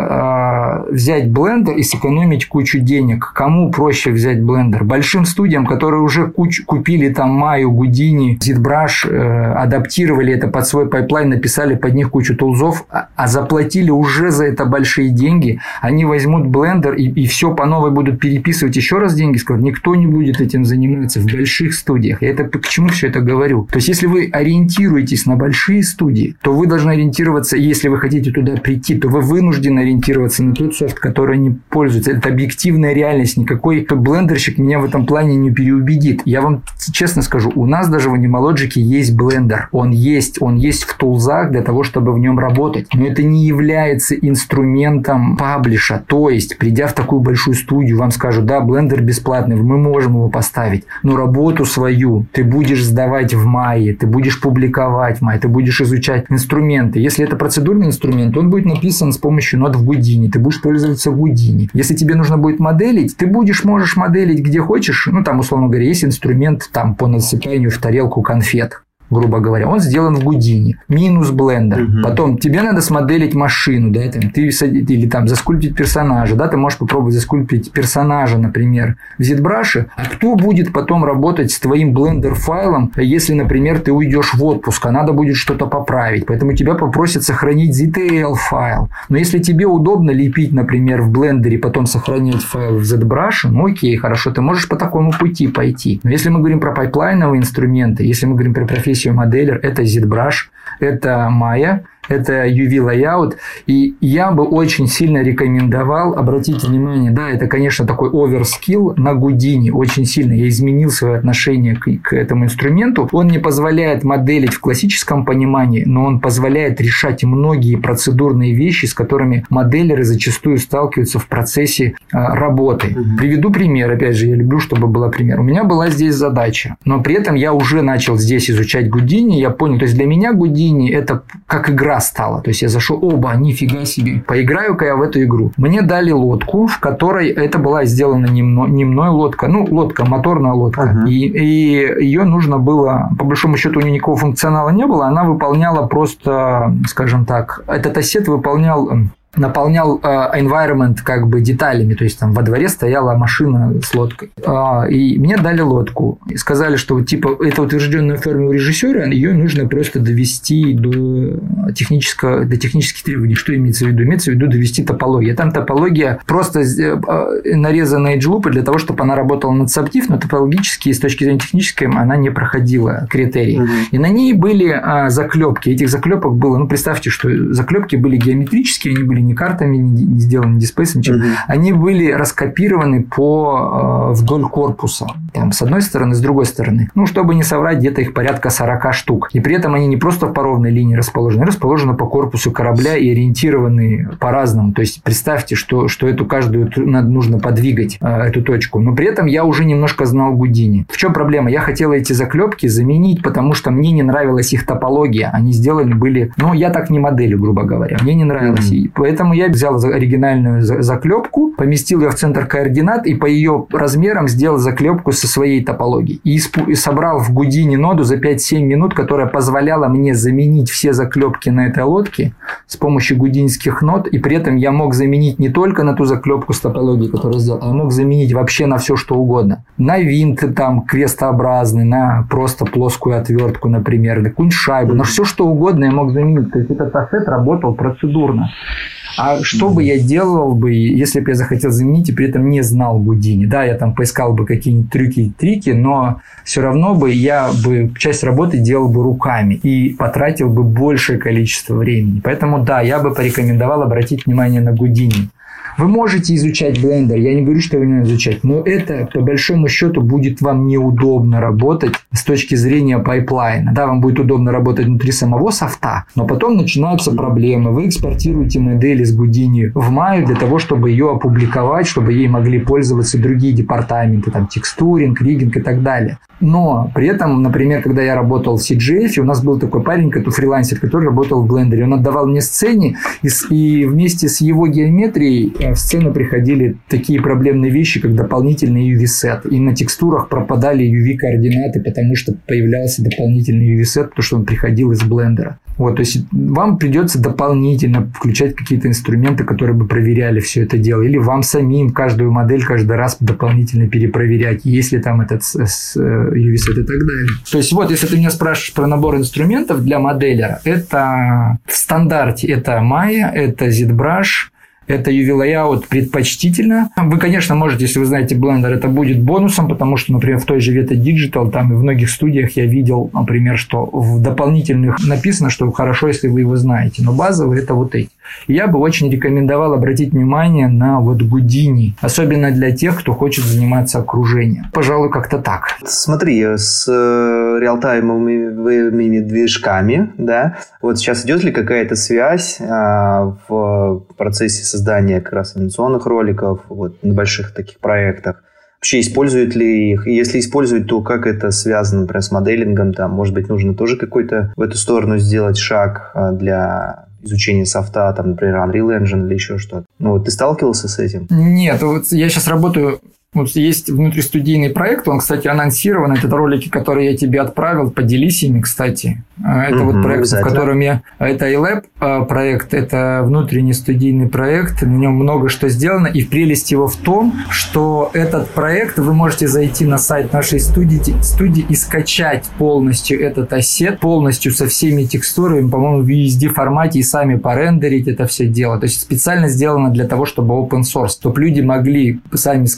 S3: типа взять блендер и сэкономить кучу денег. Кому проще взять блендер? Большим студиям, которые уже куч, купили там Maya, Houdini, ZBrush, э, адаптировали это под свой пайплайн, написали под них кучу тулзов, а, а заплатили уже за это большие деньги. Они возьмут блендер и, и все по новой будут переписывать еще раз деньги. Скажут, никто не будет этим заниматься в больших студиях. Я это к чему все это говорю? То есть, если вы ориентируетесь на большие студии, то вы должны ориентироваться, если вы хотите туда прийти, то вы вынуждены ориентироваться на тот софт, который они пользуются. Это объективная реальность. Никакой блендерщик меня в этом плане не переубедит. Я вам честно скажу, у нас даже в Animalogic есть блендер. Он есть, он есть в тулзах для того, чтобы в нем работать. Но это не является инструментом паблиша. То есть, придя в такую большую студию, вам скажут, да, блендер бесплатный, мы можем его поставить. Но работу свою ты будешь сдавать в Maya, ты будешь публиковать в Maya, ты будешь изучать инструменты. Если это процедурный инструмент, он будет написан с помощью нот в Houdini. Ты будешь пользоваться Houdini. Если тебе нужно будет моделить, ты будешь, можешь моделить где хочешь. Ну, там, условно говоря, есть инструмент там, по насыпанию в тарелку конфет. Грубо говоря, он сделан в Houdini. Минус блендер. Угу. Потом тебе надо смоделить машину, да, там, ты, или там заскульптить персонажа, да, ты можешь попробовать заскульптить персонажа, например, в ZBrush. А кто будет потом работать с твоим блендер-файлом, если, например, ты уйдешь в отпуск, а надо будет что-то поправить? Поэтому тебя попросят сохранить зет ти эл-файл. Но если тебе удобно лепить, например, в блендере, потом сохранять файл в ZBrush, ну окей, хорошо, ты можешь по такому пути пойти. Но если мы говорим про пайплайновые инструменты, если мы говорим про профессию версию моделер, это ZBrush, это Maya, это ю ви Layout, и я бы очень сильно рекомендовал, обратите внимание, да, это, конечно, такой оверскилл на Houdini, очень сильно я изменил свое отношение к, к этому инструменту. Он не позволяет моделить в классическом понимании, но он позволяет решать многие процедурные вещи, с которыми моделеры зачастую сталкиваются в процессе а, работы. Mm-hmm. Приведу пример, опять же, я люблю, чтобы был пример. У меня была здесь задача, но при этом я уже начал здесь изучать Houdini, я понял, то есть для меня Houdini это как игра стала. То есть я зашел, оба, нифига себе, поиграю-ка я в эту игру. Мне дали лодку, в которой это была сделана не мной, не мной лодка, ну, лодка, моторная лодка. Uh-huh. И, и ее нужно было, по большому счету, у нее никакого функционала не было, она выполняла просто, скажем так, этот ассет выполнял... наполнял э, environment как бы деталями, то есть там во дворе стояла машина с лодкой. Э, и мне дали лодку. И сказали, что типа это утвержденная форма у режиссера, ее нужно просто довести до, технического, до технических требований. Что имеется в виду? Имеется в виду довести топологию. Там топология просто э, нарезана эйджлупы для того, чтобы она работала над Subtif, но топологически, с точки зрения технической, она не проходила критерии. Mm-hmm. И на ней были э, заклепки. Этих заклепок было, ну представьте, что заклепки были геометрические, они были не картами не сделаны, не дисплейсом, ничего. Uh-huh. Они были раскопированы по, э, вдоль корпуса. Там, с одной стороны, с другой стороны. Ну, чтобы не соврать, где-то их порядка сорок штук. И при этом они не просто по ровной линии расположены, они расположены по корпусу корабля и ориентированы по-разному. То есть, представьте, что, что эту каждую нужно подвигать, э, эту точку. Но при этом я уже немножко знал Houdini. В чем проблема? Я хотел эти заклепки заменить, потому что мне не нравилась их топология. Они сделаны были... Ну, я так не моделю, грубо говоря. Мне не нравилось. Uh-huh. Поэтому я взял оригинальную заклепку, поместил ее в центр координат и по ее размерам сделал заклепку со своей топологией. И, испу- и собрал в Houdini ноду за пять-семь минут, которая позволяла мне заменить все заклепки на этой лодке с помощью гудинских нод. И при этом я мог заменить не только на ту заклепку с топологией, которую я сделал, а мог заменить вообще на все, что угодно. На винт там крестообразный, на просто плоскую отвертку, например, на какую-нибудь шайбу, на все, что угодно я мог заменить. То есть этот ассет работал процедурно. А что бы я делал бы, если бы я захотел заменить и при этом не знал Houdini? Да, я там поискал бы какие-нибудь трюки, трики, но все равно бы я бы часть работы делал бы руками и потратил бы большее количество времени. Поэтому да, я бы порекомендовал обратить внимание на Houdini. Вы можете изучать Blender, я не говорю, что вы не надо изучать, но это, по большому счету, будет вам неудобно работать с точки зрения пайплайна. Да, вам будет удобно работать внутри самого софта, но потом начинаются проблемы. Вы экспортируете модель из Houdini в Maya для того, чтобы ее опубликовать, чтобы ей могли пользоваться другие департаменты, там, текстуринг, риггинг и так далее. Но при этом, например, когда я работал в си джи эф, у нас был такой парень, который фрилансер, который работал в Blender. Он отдавал мне сцене, и, и вместе с его геометрией в сцену приходили такие проблемные вещи, как дополнительный ю ви-сет. И на текстурах пропадали ю ви-координаты, потому что появлялся дополнительный ю ви-сет, потому что он приходил из Blender. Вот, то есть вам придется дополнительно включать какие-то инструменты, которые бы проверяли все это дело. Или вам самим каждую модель каждый раз дополнительно перепроверять, есть ли там этот ю ви-сет и так далее. То есть вот, если ты меня спрашиваешь про набор инструментов для моделера, это в стандарте это Maya, это ZBrush, это ю ви Layout предпочтительно. Вы, конечно, можете, если вы знаете Blender, это будет бонусом, потому что, например, в той же Veta Digital, там и в многих студиях я видел, например, что в дополнительных написано, что хорошо, если вы его знаете, но базовые это вот эти. И я бы очень рекомендовал обратить внимание на вот Houdini, особенно для тех, кто хочет заниматься окружением. Пожалуй, как-то так.
S2: Смотри, с реалтаймовыми движками, да, вот сейчас идет ли какая-то связь а, в процессе создания как раз анимационных роликов, вот, на больших таких проектах? Вообще используют ли их? И если используют, то как это связано, например, с моделингом? Там, может быть, нужно тоже какой-то в эту сторону сделать шаг для изучения софта, там, например, Unreal Engine или еще что-то. Ну, вот ты сталкивался с этим?
S3: Нет, вот я сейчас работаю... Вот есть внутристудийный проект, он, кстати, анонсирован. Это ролики, которые я тебе отправил. Поделись ими, кстати. Это mm-hmm, вот проект, в котором я... Это iLab проект, это внутренний студийный проект. На нем много что сделано. И прелесть его в том, что этот проект вы можете зайти на сайт нашей студии, студии и скачать полностью этот ассет, полностью со всеми текстурами, по-моему, в ю эс ди-формате и сами порендерить это все дело. То есть специально сделано для того, чтобы open source, чтобы люди могли сами скачать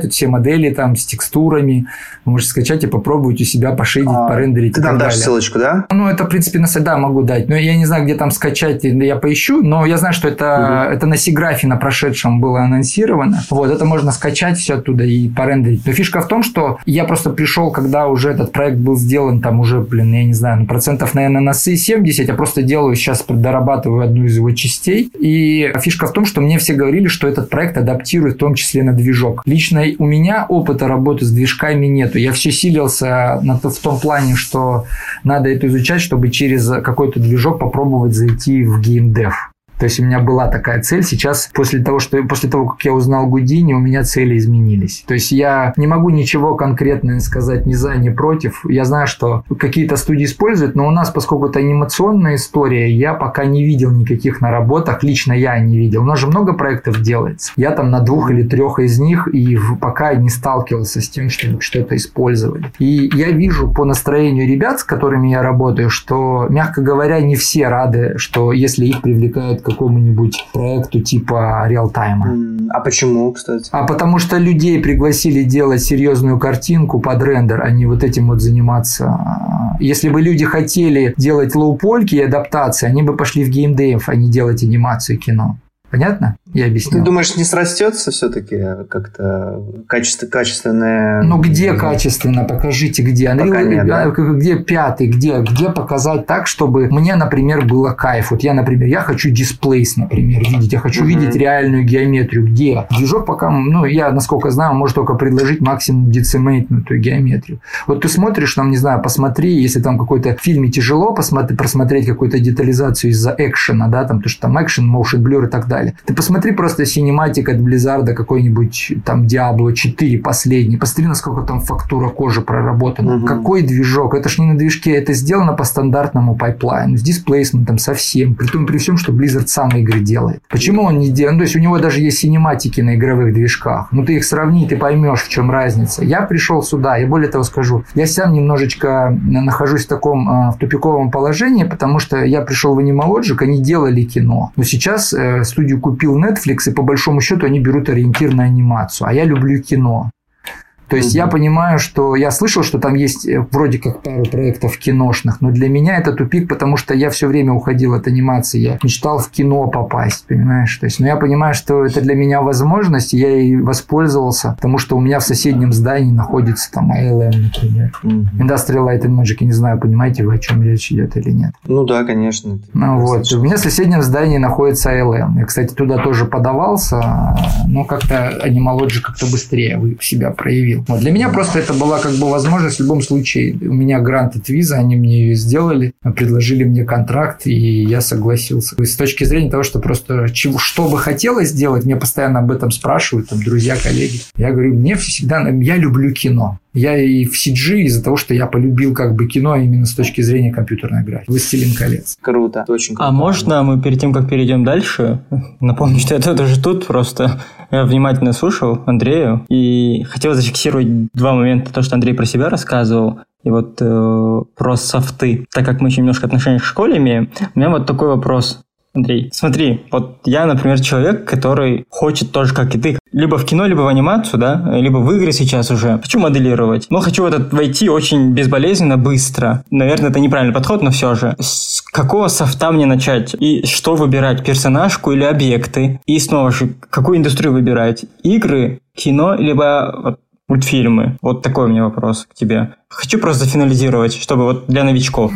S3: работают все модели там с текстурами. Вы можете скачать и попробовать у себя пошидить, а, порендерить.
S2: Ты там дашь ссылочку, да?
S3: Ну, это, в принципе, на сайте, да, могу дать. Но я не знаю, где там скачать, я поищу. Но я знаю, что это, угу. это на Сиграфе на прошедшем было анонсировано. Вот, это можно скачать все оттуда и порендерить. Но фишка в том, что я просто пришел, когда уже этот проект был сделан, там уже, блин, я не знаю, процентов, наверное, на семьдесят. Я просто делаю, сейчас дорабатываю одну из его частей. И фишка в том, что мне все говорили, что этот проект адаптирует в том числе на движок. Лично у меня опыта работы с движками нету. Я все силился на то, в том плане, что надо это изучать, чтобы через какой-то движок попробовать зайти в геймдев. То есть у меня была такая цель. Сейчас, после того, что, после того, как я узнал Houdini, у меня цели изменились. То есть я не могу ничего конкретного сказать ни за, ни против. Я знаю, что какие-то студии используют, но у нас, поскольку это анимационная история, я пока не видел никаких наработок. Лично я не видел. У нас же много проектов делается. Я там на двух или трех из них и пока не сталкивался с тем, чтобы что-то использовали. И я вижу по настроению ребят, с которыми я работаю, что, мягко говоря, не все рады, что если их привлекают к какому-нибудь проекту типа реалтайма.
S2: А почему, кстати?
S3: А потому что людей пригласили делать серьезную картинку под рендер, а не вот этим вот заниматься. Если бы люди хотели делать лоу-польки и адаптации, они бы пошли в геймдев, а не делать анимацию кино. Понятно? Я объяснил.
S2: Ты думаешь, не срастется все-таки как-то качество, качественное?
S3: Ну, где качественно? Покажите, где.
S2: Пока нет, да?
S3: Где пятый? Где? Где показать так, чтобы мне, например, было кайф? Вот я, например, я хочу дисплейс, например, видеть. Я хочу uh-huh. видеть реальную геометрию. Где? Движок пока, ну, я, насколько знаю, может только предложить максимум децимейтнутую геометрию. Вот ты смотришь, там, не знаю, посмотри, если там какой-то в фильме тяжело посмотри, просмотреть какую-то детализацию из-за экшена, да, там, то, что там экшен, motion blur и так далее. Ты посмотри просто синематик от Blizzard какой-нибудь там Diablo четыре последний. Посмотри, насколько там фактура кожи проработана. Угу. Какой движок? Это ж не на движке, это сделано по стандартному пайплайну. С дисплейсментом совсем. При том, при всем, что Blizzard сам игры делает. Почему он не делает? Ну, то есть у него даже есть синематики на игровых движках. Ну, ты их сравни, ты поймешь, в чем разница. Я пришел сюда, я более того скажу, я сам немножечко нахожусь в таком в тупиковом положении, потому что я пришел в Animalogic, они делали кино. Но сейчас э, студию купил Netflix, и по большому счету они берут ориентир на анимацию. А я люблю кино. То есть, mm-hmm. я понимаю, что я слышал, что там есть вроде как пару проектов киношных, но для меня это тупик, потому что я все время уходил от анимации, я мечтал в кино попасть, понимаешь? То есть, но я понимаю, что это для меня возможность, и я ей воспользовался, потому что у меня в соседнем здании находится там эй эл эм, например. Mm-hmm. Industrial Light and Magic, я не знаю, понимаете вы, о чем речь идет или нет.
S2: Ну да, конечно.
S3: Ну вот, у меня в соседнем здании находится эй эл эм. Я, кстати, туда тоже подавался, но как-то Animalogic как-то быстрее себя проявил. Вот. Для меня просто это была как бы возможность в любом случае. У меня грант от виза, они мне ее сделали, предложили мне контракт, и я согласился. И с точки зрения того, что просто чего, что бы хотелось сделать, мне постоянно об этом спрашивают, там, друзья, коллеги. Я говорю, мне всегда, я люблю кино. Я и в си джи из-за того, что я полюбил как бы кино именно с точки зрения компьютерной графики. «Властелин колец».
S2: Круто, это очень круто.
S4: А можно мы перед тем, как перейдем дальше, напомню, что я тоже тут просто я внимательно слушал Андрею и хотел зафиксировать два момента, то, что Андрей про себя рассказывал, и вот э, про софты. Так как мы еще немножко отношения к школе имеем, у меня вот такой вопрос. Андрей, смотри, вот я, например, человек, который хочет тоже, как и ты, либо в кино, либо в анимацию, да, либо в игры сейчас уже. Хочу моделировать, но хочу в этот войти очень безболезненно, быстро. Наверное, это неправильный подход, но все же. С какого софта мне начать? И что выбирать, персонажку или объекты? И снова же, какую индустрию выбирать? Игры, кино, либо вот, мультфильмы? Вот такой у меня вопрос к тебе. Хочу просто финализировать, чтобы вот для новичков.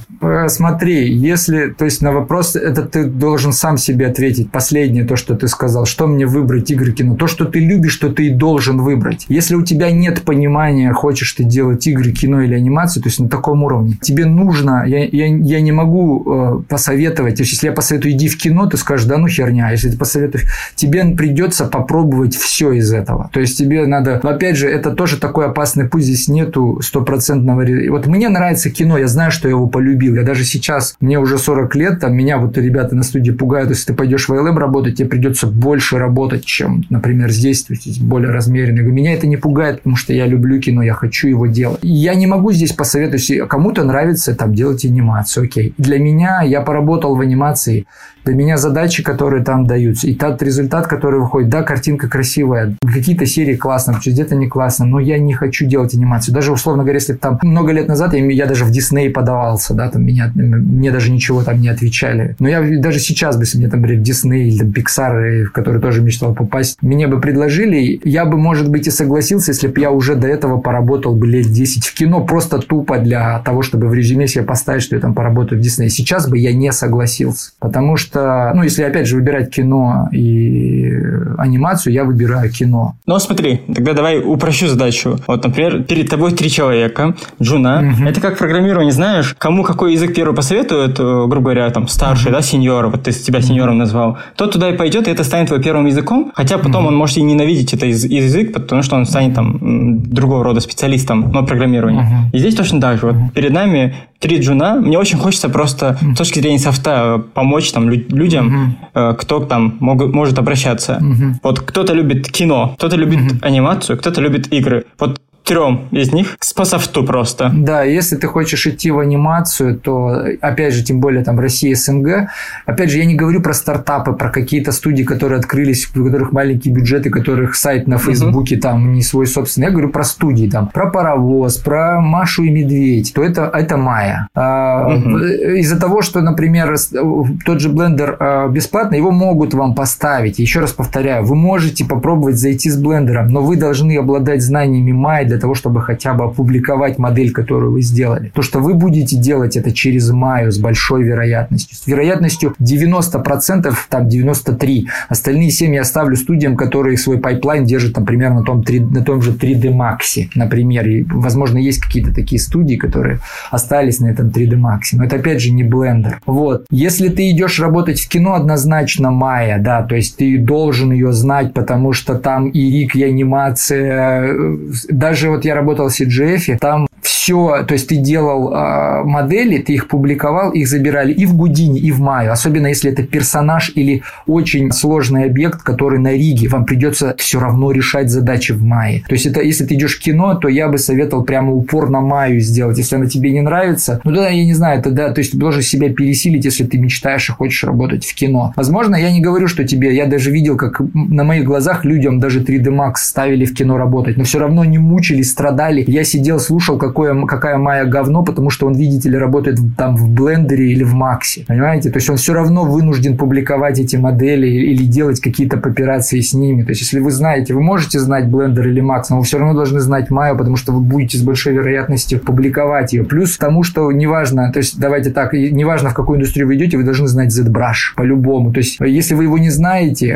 S3: Смотри, если, то есть на вопрос, это ты должен сам себе ответить. Последнее, то, что ты сказал. Что мне выбрать, игры, кино? То, что ты любишь, что ты и должен выбрать. Если у тебя нет понимания, хочешь ты делать игры, кино или анимацию, то есть на таком уровне, тебе нужно, я, я, я не могу э, посоветовать, то есть если я посоветую, иди в кино, ты скажешь, да ну херня. Если ты посоветуешь, тебе придется попробовать все из этого. То есть тебе надо, опять же, же, это тоже такой опасный путь, здесь нету стопроцентного... Вот мне нравится кино, я знаю, что я его полюбил. Я даже сейчас, мне уже сорок лет, там меня вот ребята на студии пугают, если ты пойдешь в ай эл эм работать, тебе придется больше работать, чем, например, здесь, то есть более размеренно. Меня это не пугает, потому что я люблю кино, я хочу его делать. И я не могу здесь посоветовать, кому-то нравится там делать анимацию, окей. Для меня, я поработал в анимации, для меня задачи, которые там даются, и тот результат, который выходит, да, картинка красивая, какие-то серии классно, где-то не классно, но я не хочу делать анимацию. Даже, условно говоря, если там много лет назад я, я даже в Дисней подавался, да, там меня, мне даже ничего там не отвечали. Но я даже сейчас, если мне там, например, Дисней или Pixar, в который тоже мечтал попасть, мне бы предложили, я бы, может быть, и согласился, если бы я уже до этого поработал бы лет десять в кино, просто тупо для того, чтобы в резюме себе поставить, что я там поработаю в Дисней. Сейчас бы я не согласился, потому что ну, если, опять же, выбирать кино и анимацию, я выбираю кино.
S4: Ну, смотри, тогда давай упрощу задачу. Вот, например, перед тобой три человека, Джуна. Угу. Это как программирование, знаешь, кому какой язык первый посоветует, грубо говоря, там, старший, угу. да, сеньор, вот ты себя сеньором назвал, тот туда и пойдет, и это станет его первым языком, хотя потом угу. он может и ненавидеть этот язык, потому что он станет там другого рода специалистом, но программирования. Угу. И здесь точно так же. Вот перед нами три Джуна. Мне очень хочется просто с точки зрения софта помочь там людям, uh-huh. кто там мог, может обращаться. Uh-huh. Вот кто-то любит кино, кто-то любит uh-huh. анимацию, кто-то любит игры. Вот трем из них по софту просто.
S3: Да, если ты хочешь идти в анимацию, то, опять же, тем более там Россия, СНГ, опять же, я не говорю про стартапы, про какие-то студии, которые открылись, у которых маленькие бюджеты, у которых сайт на Фейсбуке uh-huh. там не свой собственный. Я говорю про студии, там, про Паровоз, про Машу и Медведь, то это, это Майя. Uh-huh. Из-за того, что, например, тот же Blender бесплатно, его могут вам поставить. Еще раз повторяю, вы можете попробовать зайти с Блендером, но вы должны обладать знаниями Майи для того, чтобы хотя бы опубликовать модель, которую вы сделали. То, что вы будете делать это через Майю с большой вероятностью. С вероятностью девяносто процентов, там девяносто три процента. Остальные семь я оставлю студиям, которые свой пайплайн держат там, примерно на том, на том же три дэ Max, например. И, возможно, есть какие-то такие студии, которые остались на этом три дэ Max. Но это, опять же, не Blender. Вот. Если ты идешь работать в кино, однозначно Майя, да, то есть ты должен ее знать, потому что там и риг, и анимация, даже вот я работал в си джи эф, там все, то есть ты делал э, модели, ты их публиковал, их забирали и в Гудине, и в Майю, особенно если это персонаж или очень сложный объект, который на риге, вам придется все равно решать задачи в Майе. То есть это, если ты идешь в кино, то я бы советовал прямо упор на Майю сделать. Если она тебе не нравится, ну да, я не знаю, тогда, то есть ты должен себя пересилить, если ты мечтаешь и хочешь работать в кино. Возможно, я не говорю, что тебе, я даже видел, как на моих глазах людям даже три дэ Max ставили в кино работать, но все равно не мучились, страдали. Я сидел, слушал, какое, какая Майя говно, потому что он, видите ли, работает там в Блендере или в Максе. Понимаете? То есть он все равно вынужден публиковать эти модели или делать какие-то операции с ними. То есть если вы знаете, вы можете знать Blender или Max, но вы все равно должны знать Майю, потому что вы будете с большой вероятностью публиковать ее. Плюс к тому, что неважно, то есть давайте так, неважно, в какую индустрию вы идете, вы должны знать ZBrush по-любому. То есть если вы его не знаете,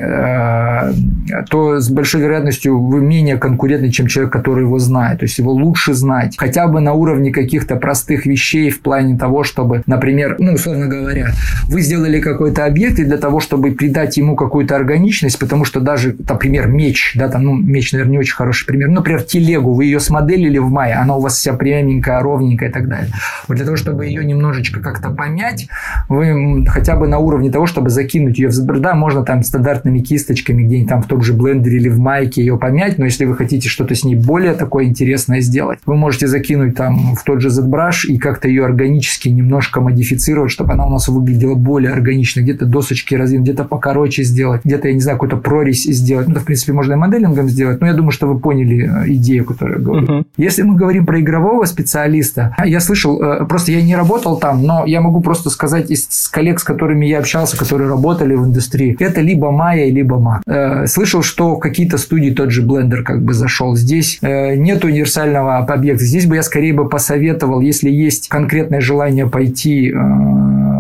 S3: то с большой вероятностью вы менее конкурентны, чем человек, который его знает. То есть его лучше знать. Хотя бы на уровне каких-то простых вещей в плане того, чтобы, например, ну, условно говоря, вы сделали какой-то объект, и для того, чтобы придать ему какую-то органичность, потому что даже, например, меч, да, там, ну, меч, наверное, не очень хороший пример, ну, например, телегу, вы ее смоделили в Майе, она у вас вся пряменькая, ровненькая и так далее. Вот для того, чтобы ее немножечко как-то помять, вы хотя бы на уровне того, чтобы закинуть ее в ZBrush, да, можно там стандартными кисточками где-нибудь там в том же блендере или в майке ее помять, но если вы хотите что-то с ней более такое интересное сделать, вы можете закинуть там в тот же ZBrush и как-то ее органически немножко модифицировать, чтобы она у нас выглядела более органично, где-то досочки раздвинуть, где-то покороче сделать, где-то, я не знаю, какую-то прорезь сделать. Ну, это, в принципе, можно и моделингом сделать, но я думаю, что вы поняли идею, которую я говорю. Uh-huh. Если мы говорим про игрового специалиста, я слышал, просто я не работал там, но я могу просто сказать из коллег, с которыми я общался, которые работали в индустрии, это либо Майя, либо Max. Слышал, что в какие-то студии тот же Blender как бы зашел. Здесь нет универсального объекта. Здесь бы я скорее бы посоветовал, если есть конкретное желание пойти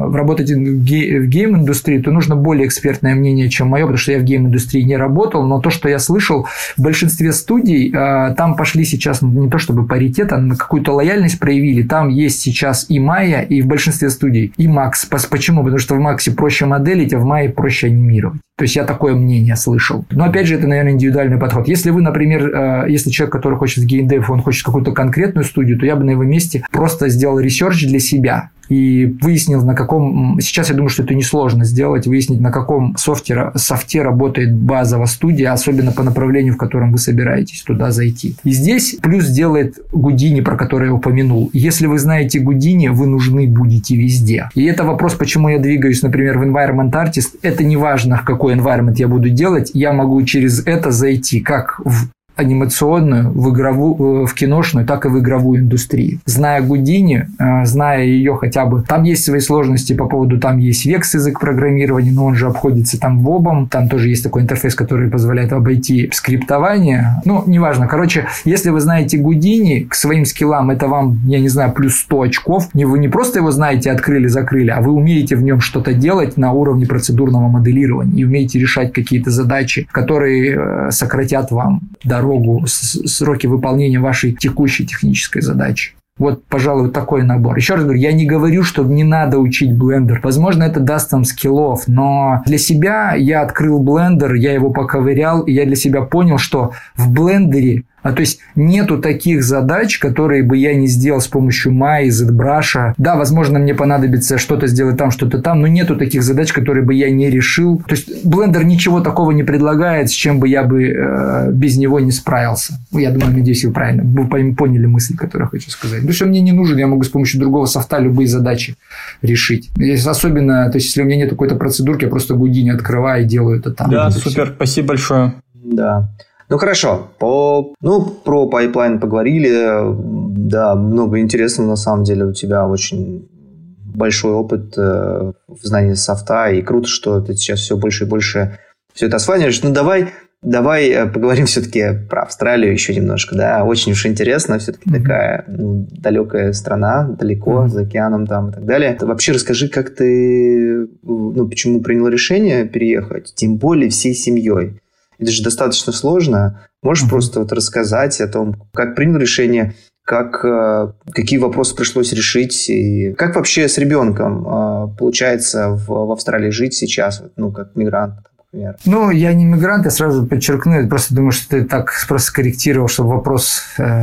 S3: работать в гейм-индустрии, то нужно более экспертное мнение, чем мое, потому что я в гейм-индустрии не работал, но то, что я слышал, в большинстве студий там пошли сейчас не то чтобы паритет, а какую-то лояльность проявили. Там есть сейчас и Maya, и в большинстве студий и Max. Почему? Потому что в Max проще моделить, а в Maya проще анимировать. То есть я такое мнение слышал. Но опять же, это, наверное, индивидуальный подход. Если вы, например, если человек, который хочет в геймдев, он хочет какую-то конкретную студию, то я бы на его месте просто сделал ресерч для себя и выяснил, на каком... Сейчас я думаю, что это несложно сделать, выяснить, на каком софте, софте работает базовая студия, особенно по направлению, в котором вы собираетесь туда зайти. И здесь плюс делает Houdini, про который я упомянул. Если вы знаете Houdini, вы нужны будете везде. И это вопрос, почему я двигаюсь, например, в Environment Artist. Это не важно, какой environment я буду делать, я могу через это зайти как в анимационную, в игровую, в киношную, так и в игровую индустрию. Зная Houdini, зная ее хотя бы... Там есть свои сложности по поводу... Там есть векс язык программирования, но он же обходится там вобом. Там тоже есть такой интерфейс, который позволяет обойти скриптование. Ну, неважно. Короче, если вы знаете Houdini, к своим скиллам это вам, я не знаю, плюс сто очков. Не вы не просто его знаете, открыли, закрыли, а вы умеете в нем что-то делать на уровне процедурного моделирования и умеете решать какие-то задачи, которые сократят вам дорогу, сроки выполнения вашей текущей технической задачи. Вот, пожалуй, такой набор. Еще раз говорю, я не говорю, что не надо учить Blender. Возможно, это даст вам скиллов, но для себя я открыл Blender, я его поковырял, и я для себя понял, что в Blender... А то есть нету таких задач, которые бы я не сделал с помощью Maya, ZBrush. Да, возможно, мне понадобится что-то сделать там, что-то там, но нету таких задач, которые бы я не решил. То есть Blender ничего такого не предлагает, с чем бы я бы э, без него не справился. Я думаю, надеюсь, вы правильно вы поняли мысль, которую я хочу сказать. Потому что мне не нужен, я могу с помощью другого софта любые задачи решить. Если особенно, то есть если у меня нет какой-то процедурки, я просто Houdini открываю и делаю это там.
S4: Да,
S3: это
S4: супер,
S3: все.
S4: Спасибо большое.
S2: Да. Ну, хорошо. По, ну, про пайплайн поговорили. Да, много интересного, на самом деле. У тебя очень большой опыт э, в знании софта. И круто, что ты сейчас все больше и больше все это осваиваешь. Ну, давай, давай поговорим все-таки про Австралию еще немножко. Да, очень уж интересно. Все-таки mm-hmm. такая ну, далекая страна, далеко, mm-hmm. за океаном там и так далее. Ты вообще расскажи, как ты... Ну, почему принял решение переехать? Тем более всей семьей. Это же достаточно сложно. Можешь mm-hmm. просто вот рассказать о том, как принял решение, как, какие вопросы пришлось решить, и как вообще с ребенком получается в, в Австралии жить сейчас, ну, как мигрант? Например.
S3: Ну, я не мигрант, я сразу подчеркну, я просто думаю, что ты так просто скорректировал, чтобы вопрос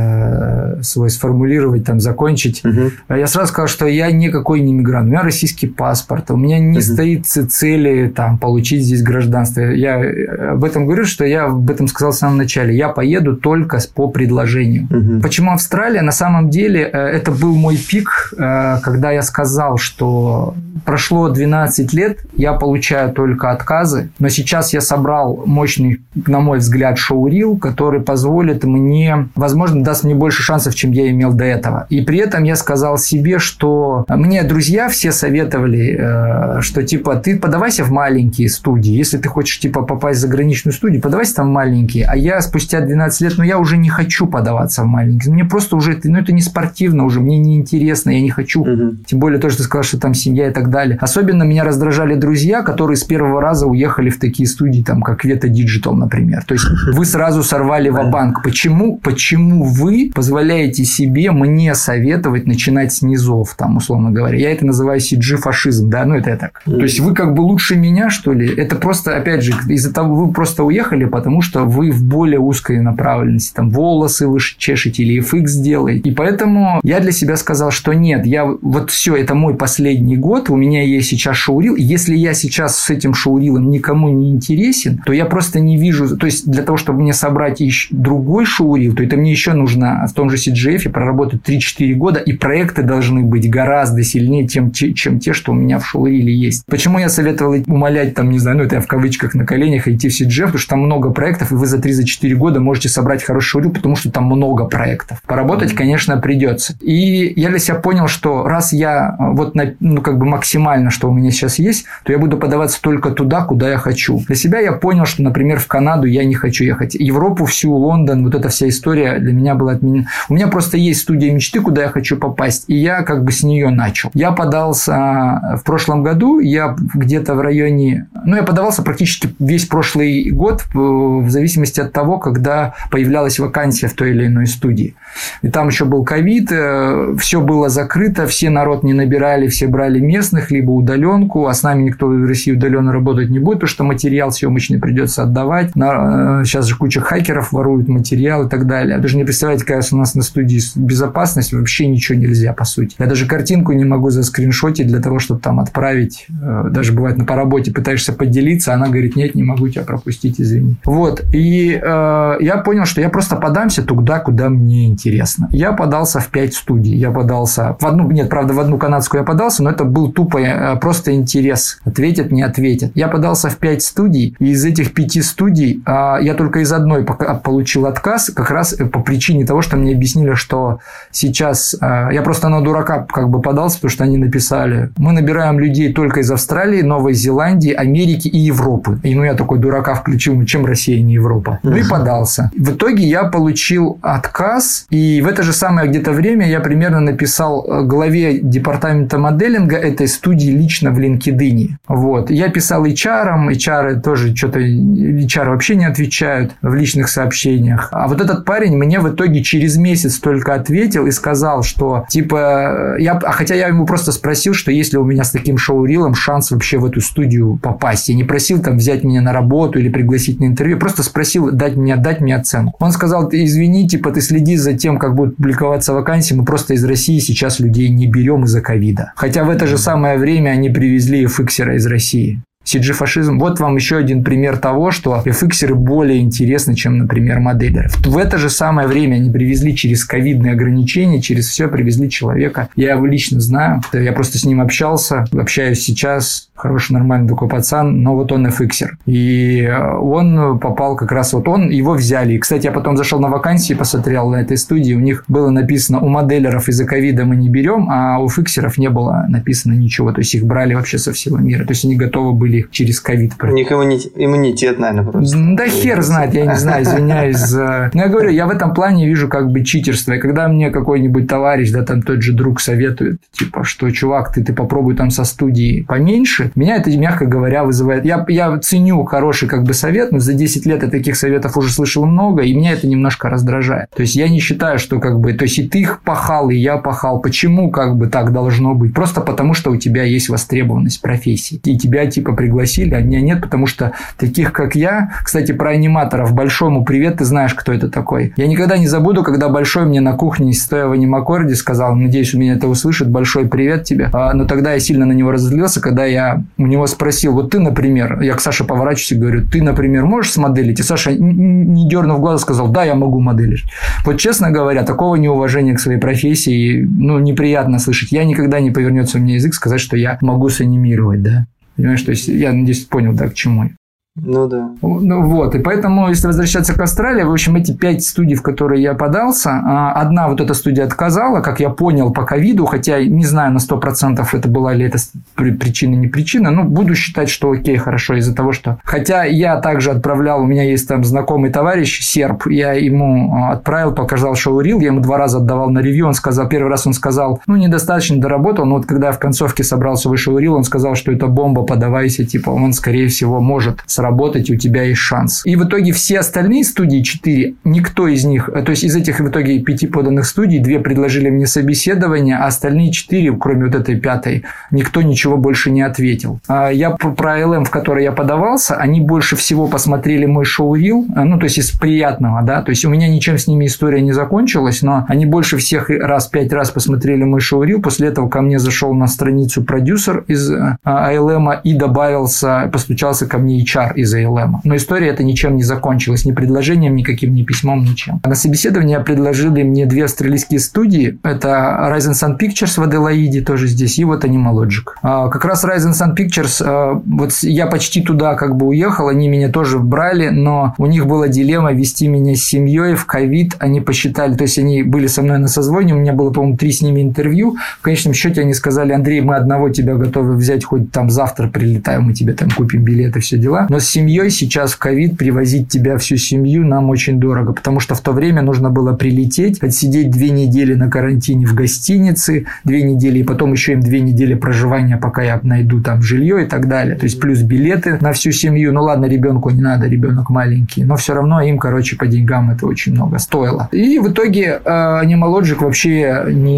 S3: э, свой сформулировать, там, закончить. Угу. Я сразу сказал, что я никакой не мигрант, у меня российский паспорт, у меня не угу. стоит цели там, получить здесь гражданство. Я об этом говорю, что я об этом сказал в самом начале. Я поеду только по предложению. Угу. Почему Австралия? На самом деле, это был мой пик, когда я сказал, что прошло двенадцать лет, я получаю только отказы, но сейчас я собрал мощный, на мой взгляд, шоурил, который позволит мне, возможно, даст мне больше шансов, чем я имел до этого. И при этом я сказал себе, что мне друзья все советовали, что типа ты подавайся в маленькие студии, если ты хочешь типа попасть в заграничную студию, подавайся там в маленькие. А я спустя двенадцать лет, ну я уже не хочу подаваться в маленькие. Мне просто уже, ну это не спортивно уже, мне не интересно, я не хочу. Угу. Тем более то, что ты сказал, что там семья и так далее. Особенно меня раздражали друзья, которые с первого раза уехали в такие студии, там, как Veta Digital, например. То есть вы сразу сорвали ва-банк. Почему? Почему вы позволяете себе мне советовать начинать с низов, там, условно говоря? Я это называю си джи-фашизм, да, ну это я так. То есть вы как бы лучше меня, что ли? Это просто, опять же, из-за того, вы просто уехали, потому что вы в более узкой направленности, там, волосы вы чешете или эф икс делаете. И поэтому я для себя сказал, что нет, я вот все, это мой последний год, у меня есть сейчас шоурил. Если я сейчас с этим шоурилом никому не интересен, то я просто не вижу... То есть, для того, чтобы мне собрать еще другой шоурил, то это мне еще нужно в том же си джи эф проработать три-четыре года, и проекты должны быть гораздо сильнее, чем, чем те, что у меня в шоуриле есть. Почему я советовал умолять, там, не знаю, ну, это я в кавычках на коленях, идти в си джи эф, потому что там много проектов, и вы за три-четыре года можете собрать хороший шоурил, потому что там много проектов. Поработать, конечно, придется. И я для себя понял, что раз я вот, на, ну, как бы максимально, что у меня сейчас есть, то я буду подаваться только туда, куда я хочу. хочу. Для себя я понял, что, например, в Канаду я не хочу ехать. Европу всю, Лондон, вот эта вся история для меня была отменена. У меня просто есть студия мечты, куда я хочу попасть, и я как бы с нее начал. Я подался в прошлом году, я где-то в районе... Ну, я подавался практически весь прошлый год в зависимости от того, когда появлялась вакансия в той или иной студии. И там еще был ковид, все было закрыто, все народ не набирали, все брали местных, либо удаленку, а с нами никто в России удаленно работать не будет, потому что материал съемочный придется отдавать. Сейчас же куча хакеров воруют материал и так далее. Даже не представляете, какая у нас на студии безопасность, вообще ничего нельзя, по сути. Я даже картинку не могу заскриншотить для того, чтобы там отправить. Даже бывает, на по работе пытаешься поделиться, она говорит, нет, не могу тебя пропустить, извини. Вот. И э, я понял, что я просто подамся туда, куда мне интересно. Я подался в пять студий. Я подался в одну, нет, правда, в одну канадскую я подался, но это был тупо э, просто интерес. Ответят, не ответят. Я подался в пять студий, и из этих пяти студий э, я только из одной получил отказ, как раз по причине того, что мне объяснили, что сейчас э, я просто на дурака как бы подался, потому что они написали, мы набираем людей только из Австралии, Новой Зеландии, Америки и Европы. И ну я такой дурака включил, чем Россия, не Европа. Ну и подался. В итоге я получил отказ, и в это же самое где-то время я примерно написал главе департамента моделинга этой студии лично в LinkedIn. Вот. Я писал эйч ар, эйч ар тоже что-то, эйч ар вообще не отвечают в личных сообщениях. А вот этот парень мне в итоге через месяц только ответил и сказал, что типа, я, а хотя я ему просто спросил, что если у меня с таким шоу-рилом шанс вообще в эту студию попасть. Я не просил там взять меня на работу или пригласить на интервью, просто спросил дать мне, дать мне оценку. Он сказал, извини, типа, ты следи за тем, как будут публиковаться вакансии, мы просто из России сейчас людей не берем из-за ковида. Хотя в это же самое время они привезли эф иксера из России. си джи-фашизм. Вот вам еще один пример того, что эф иксеры более интересны, чем, например, моделеры. В это же самое время они привезли через ковидные ограничения, через все привезли человека. Я его лично знаю. Я просто с ним общался, общаюсь сейчас. Хороший, нормальный такой пацан, но вот он эф иксер. И он попал как раз, вот он, его взяли. И, кстати, я потом зашел на вакансии, посмотрел на этой студии, у них было написано, у моделеров из-за ковида мы не берем, а у эф иксеров не было написано ничего. То есть их брали вообще со всего мира. То есть они готовы были через ковид.
S2: У них иммунитет, наверное, просто.
S3: Да хер знает, я не знаю, извиняюсь за... Но я говорю, я в этом плане вижу как бы читерство. И когда мне какой-нибудь товарищ, да, там тот же друг советует, типа, что, чувак, ты, ты попробуй там со студии поменьше, меня это, мягко говоря, вызывает... Я, я ценю хороший как бы совет, но за десять лет я таких советов уже слышал много, и меня это немножко раздражает. То есть я не считаю, что как бы... То есть и ты их пахал, и я пахал. Почему как бы так должно быть? Просто потому, что у тебя есть востребованность профессии. И тебя типа пригласили, а меня нет, потому что таких, как я... Кстати, про аниматоров. Большому привет, ты знаешь, кто это такой. Я никогда не забуду, когда Большой мне на кухне, стоя в анимакорде, сказал, надеюсь, у меня это услышит, Большой привет тебе. А, но тогда я сильно на него разозлился, когда я у него спросил, вот ты, например, я к Саше поворачиваюсь и говорю, ты, например, можешь смоделить? И Саша, не дернув глаза, сказал, да, я могу моделить. Вот, честно говоря, такого неуважения к своей профессии, ну, неприятно слышать. Я никогда не повернется у меня язык сказать, что я могу санимировать, да. Понимаешь, то есть я, надеюсь, понял, да, к чему я.
S2: Ну да.
S3: Ну вот, и поэтому, если возвращаться к Австралии, в общем, эти пять студий, в которые я подался, одна вот эта студия отказала, как я понял, по ковиду, хотя не знаю на сто процентов, это была ли это причина, не причина, но буду считать, что окей, хорошо, из-за того, что... Хотя я также отправлял, у меня есть там знакомый товарищ, серб, я ему отправил, показал шоу-рил, я ему два раза отдавал на ревью, он сказал, первый раз он сказал, ну, недостаточно доработал, но вот когда я в концовке собрал свой шоу-рил, он сказал, что это бомба, подавайся, типа, он, скорее всего, может сработать. Работать, у тебя есть шанс. И в итоге все остальные студии, четыре, никто из них, то есть из этих в итоге пяти поданных студий, две предложили мне собеседование, а остальные четыре, кроме вот этой пятой, никто ничего больше не ответил. Я про эл эм, в который я подавался, они больше всего посмотрели мой шоу-рил, ну, то есть из приятного, да, то есть у меня ничем с ними история не закончилась, но они больше всех раз, пять раз посмотрели мой шоу-рил, после этого ко мне зашел на страницу продюсер из эй эл эм и добавился, постучался ко мне эйч ар из эй эл эм. Но история эта ничем не закончилась. Ни предложением никаким, ни письмом, ничем. На собеседование предложили мне две австралийские студии. Это Rising Sun Pictures в Аделаиде, тоже здесь, и вот Animalogic. А, как раз Rising Sun Pictures, а, вот я почти туда как бы уехал, они меня тоже брали, но у них была дилемма вести меня с семьей в ковид. Они посчитали, то есть они были со мной на созвоне, у меня было, по-моему, три с ними интервью. В конечном счете они сказали, Андрей, мы одного тебя готовы взять, хоть там завтра прилетаем, мы тебе там купим билеты, все дела. Но с семьей сейчас в ковид привозить тебя всю семью нам очень дорого, потому что в то время нужно было прилететь, отсидеть две недели на карантине в гостинице, две недели, и потом еще им две недели проживания, пока я найду там жилье и так далее. То есть плюс билеты на всю семью. Ну ладно, ребенку не надо, ребенок маленький, но все равно им, короче, по деньгам это очень много стоило. И в итоге э, Animal Logic вообще не,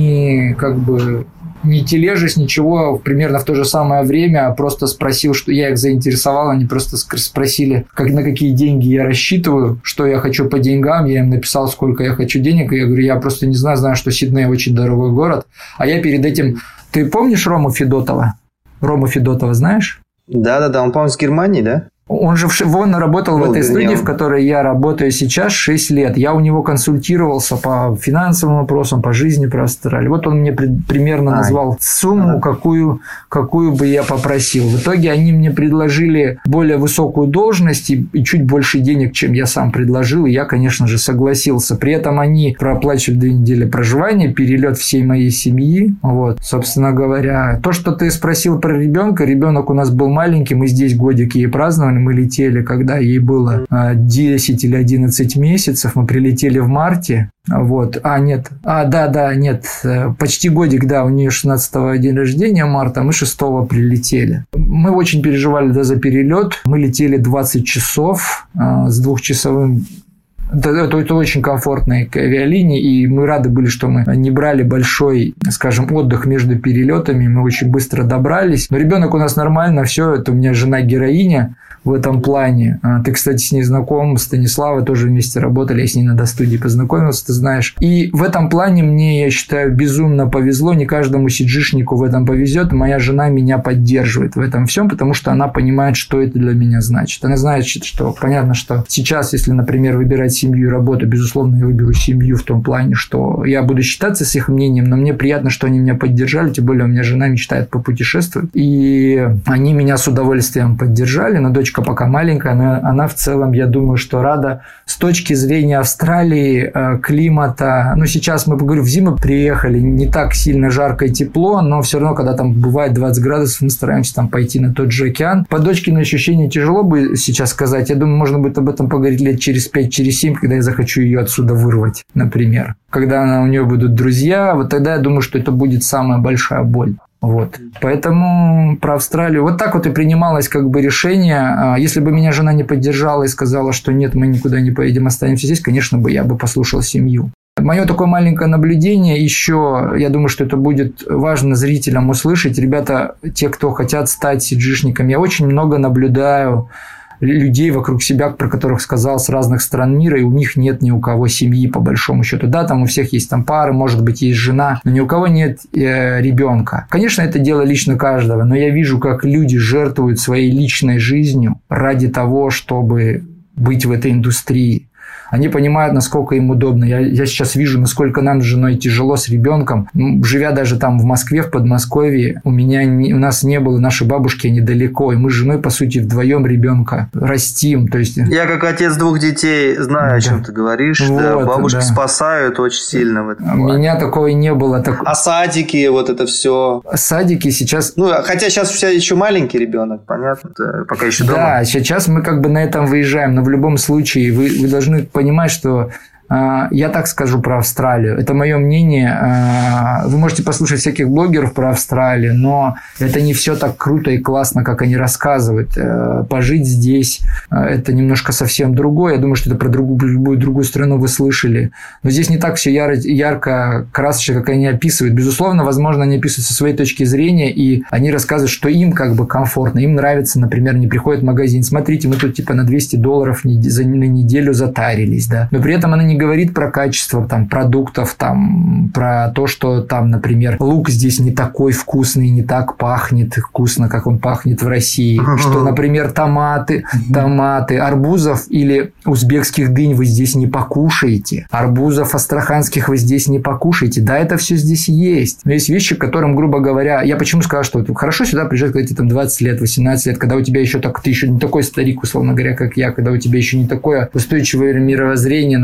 S3: не как бы... не тележись, ничего, примерно в то же самое время просто спросил, что я их заинтересовал, они просто спросили, как, на какие деньги я рассчитываю, что я хочу по деньгам, я им написал, сколько я хочу денег, и я говорю, я просто не знаю, знаю, что Сидней очень дорогой город, а я перед этим... Ты помнишь Рому Федотова? Рому Федотова знаешь?
S2: Да-да-да, он, по-моему, с Германии, да?
S3: Он же в, он работал ну, в этой студии, в которой я работаю сейчас, шесть лет. Я у него консультировался по финансовым вопросам, по жизни про Австралию. Вот он мне при, примерно назвал а, сумму, ага. какую, какую бы я попросил. В итоге они мне предложили более высокую должность и, и чуть больше денег, чем я сам предложил. И я, конечно же, согласился. При этом они проплачивали две недели проживания, перелет всей моей семьи. Вот, собственно говоря. То, что ты спросил про ребенка, ребенок у нас был маленький, мы здесь годик ей праздновали. Мы летели, когда ей было десять или одиннадцать месяцев. Мы прилетели в марте. Вот. А, нет. А, да, да, нет. Почти годик, да. У нее шестнадцатого день рождения марта, мы шестого прилетели. Мы очень переживали да, за перелет. Мы летели двадцать часов с двухчасовым. Это, это, это очень комфортные авиалинии, и мы рады были, что мы не брали большой, скажем, отдых между перелетами. Мы очень быстро добрались. Но ребенок у нас нормально, все. Это у меня жена героиня в этом плане. Ты, кстати, с ней знаком, Станислава, тоже вместе работали, я с ней на достудии познакомился, ты знаешь. И в этом плане мне, я считаю, безумно повезло, не каждому сиджишнику в этом повезет. Моя жена меня поддерживает в этом всем, потому что она понимает, что это для меня значит. Она знает, что понятно, что сейчас, если, например, выбирать семью и работу, безусловно, я выберу семью в том плане, что я буду считаться с их мнением, но мне приятно, что они меня поддержали, тем более у меня жена мечтает попутешествовать, и они меня с удовольствием поддержали, но дочка пока маленькая, но она в целом, я думаю, что рада с точки зрения Австралии, климата. Ну, сейчас мы, говорю, в зиму приехали, не так сильно жарко и тепло, но все равно, когда там бывает двадцать градусов, мы стараемся там пойти на тот же океан. По дочкино ощущение тяжело бы сейчас сказать. Я думаю, можно будет об этом поговорить лет через пять, через семь, когда я захочу ее отсюда вырвать, например. Когда она, у нее будут друзья, вот тогда я думаю, что это будет самая большая боль. Вот. Поэтому про Австралию вот так вот и принималось как бы решение. Если бы меня жена не поддержала и сказала, что нет, мы никуда не поедем, останемся здесь, конечно бы я бы послушал семью. Мое такое маленькое наблюдение еще, я думаю, что это будет важно зрителям услышать. Ребята, те, кто хотят стать сиджишниками, я очень много наблюдаю людей вокруг себя, про которых сказал, с разных стран мира, и у них нет ни у кого семьи, по большому счету. Да, там у всех есть там пары, может быть, есть жена, но ни у кого нет э, ребенка. Конечно, это дело лично каждого, но я вижу, как люди жертвуют своей личной жизнью ради того, чтобы быть в этой индустрии. Они понимают, насколько им удобно. Я, я сейчас вижу, насколько нам с женой тяжело с ребенком. Живя даже там в Москве, в Подмосковье, у меня не, у нас не было, наши бабушки недалеко, и мы с женой, по сути, вдвоем ребенка растим. То есть...
S2: Я как отец двух детей знаю, да. О чем ты говоришь. Вот, да, бабушки да. спасают очень сильно в этом.
S3: У меня такого не было. Так...
S2: А садики, вот это все.
S3: Садики сейчас...
S2: Ну, хотя сейчас у тебя еще маленький ребенок, понятно, пока еще дома.
S3: Да, сейчас мы как бы на этом выезжаем, но в любом случае вы, вы должны понимать, что э, я так скажу про Австралию. Это мое мнение. Э, вы можете послушать всяких блогеров про Австралию, но это не все так круто и классно, как они рассказывают. Э, пожить здесь э, это немножко совсем другое. Я думаю, что это про другую, любую другую страну вы слышали. Но здесь не так все яро, ярко, красочно, как они описывают. Безусловно, возможно, они описывают со своей точки зрения, и они рассказывают, что им как бы комфортно. Им нравится, например, не приходят в магазин. Смотрите, мы тут типа на двести долларов на неделю затарились, да. Но при этом она не говорит про качество там, продуктов, там, про то, что там, например, лук здесь не такой вкусный, не так пахнет вкусно, как он пахнет в России. Uh-huh. Что, например, томаты, uh-huh. томаты, арбузов или узбекских дынь вы здесь не покушаете. Арбузов астраханских вы здесь не покушаете. Да, это все здесь есть. Но есть вещи, к которым, грубо говоря, я почему сказал, что хорошо сюда приезжать, когда тебе там двадцать лет, восемнадцать лет, когда у тебя еще так, ты еще не такой старик, условно говоря, как я, когда у тебя еще не такое устойчивое мировоззрение на какие-то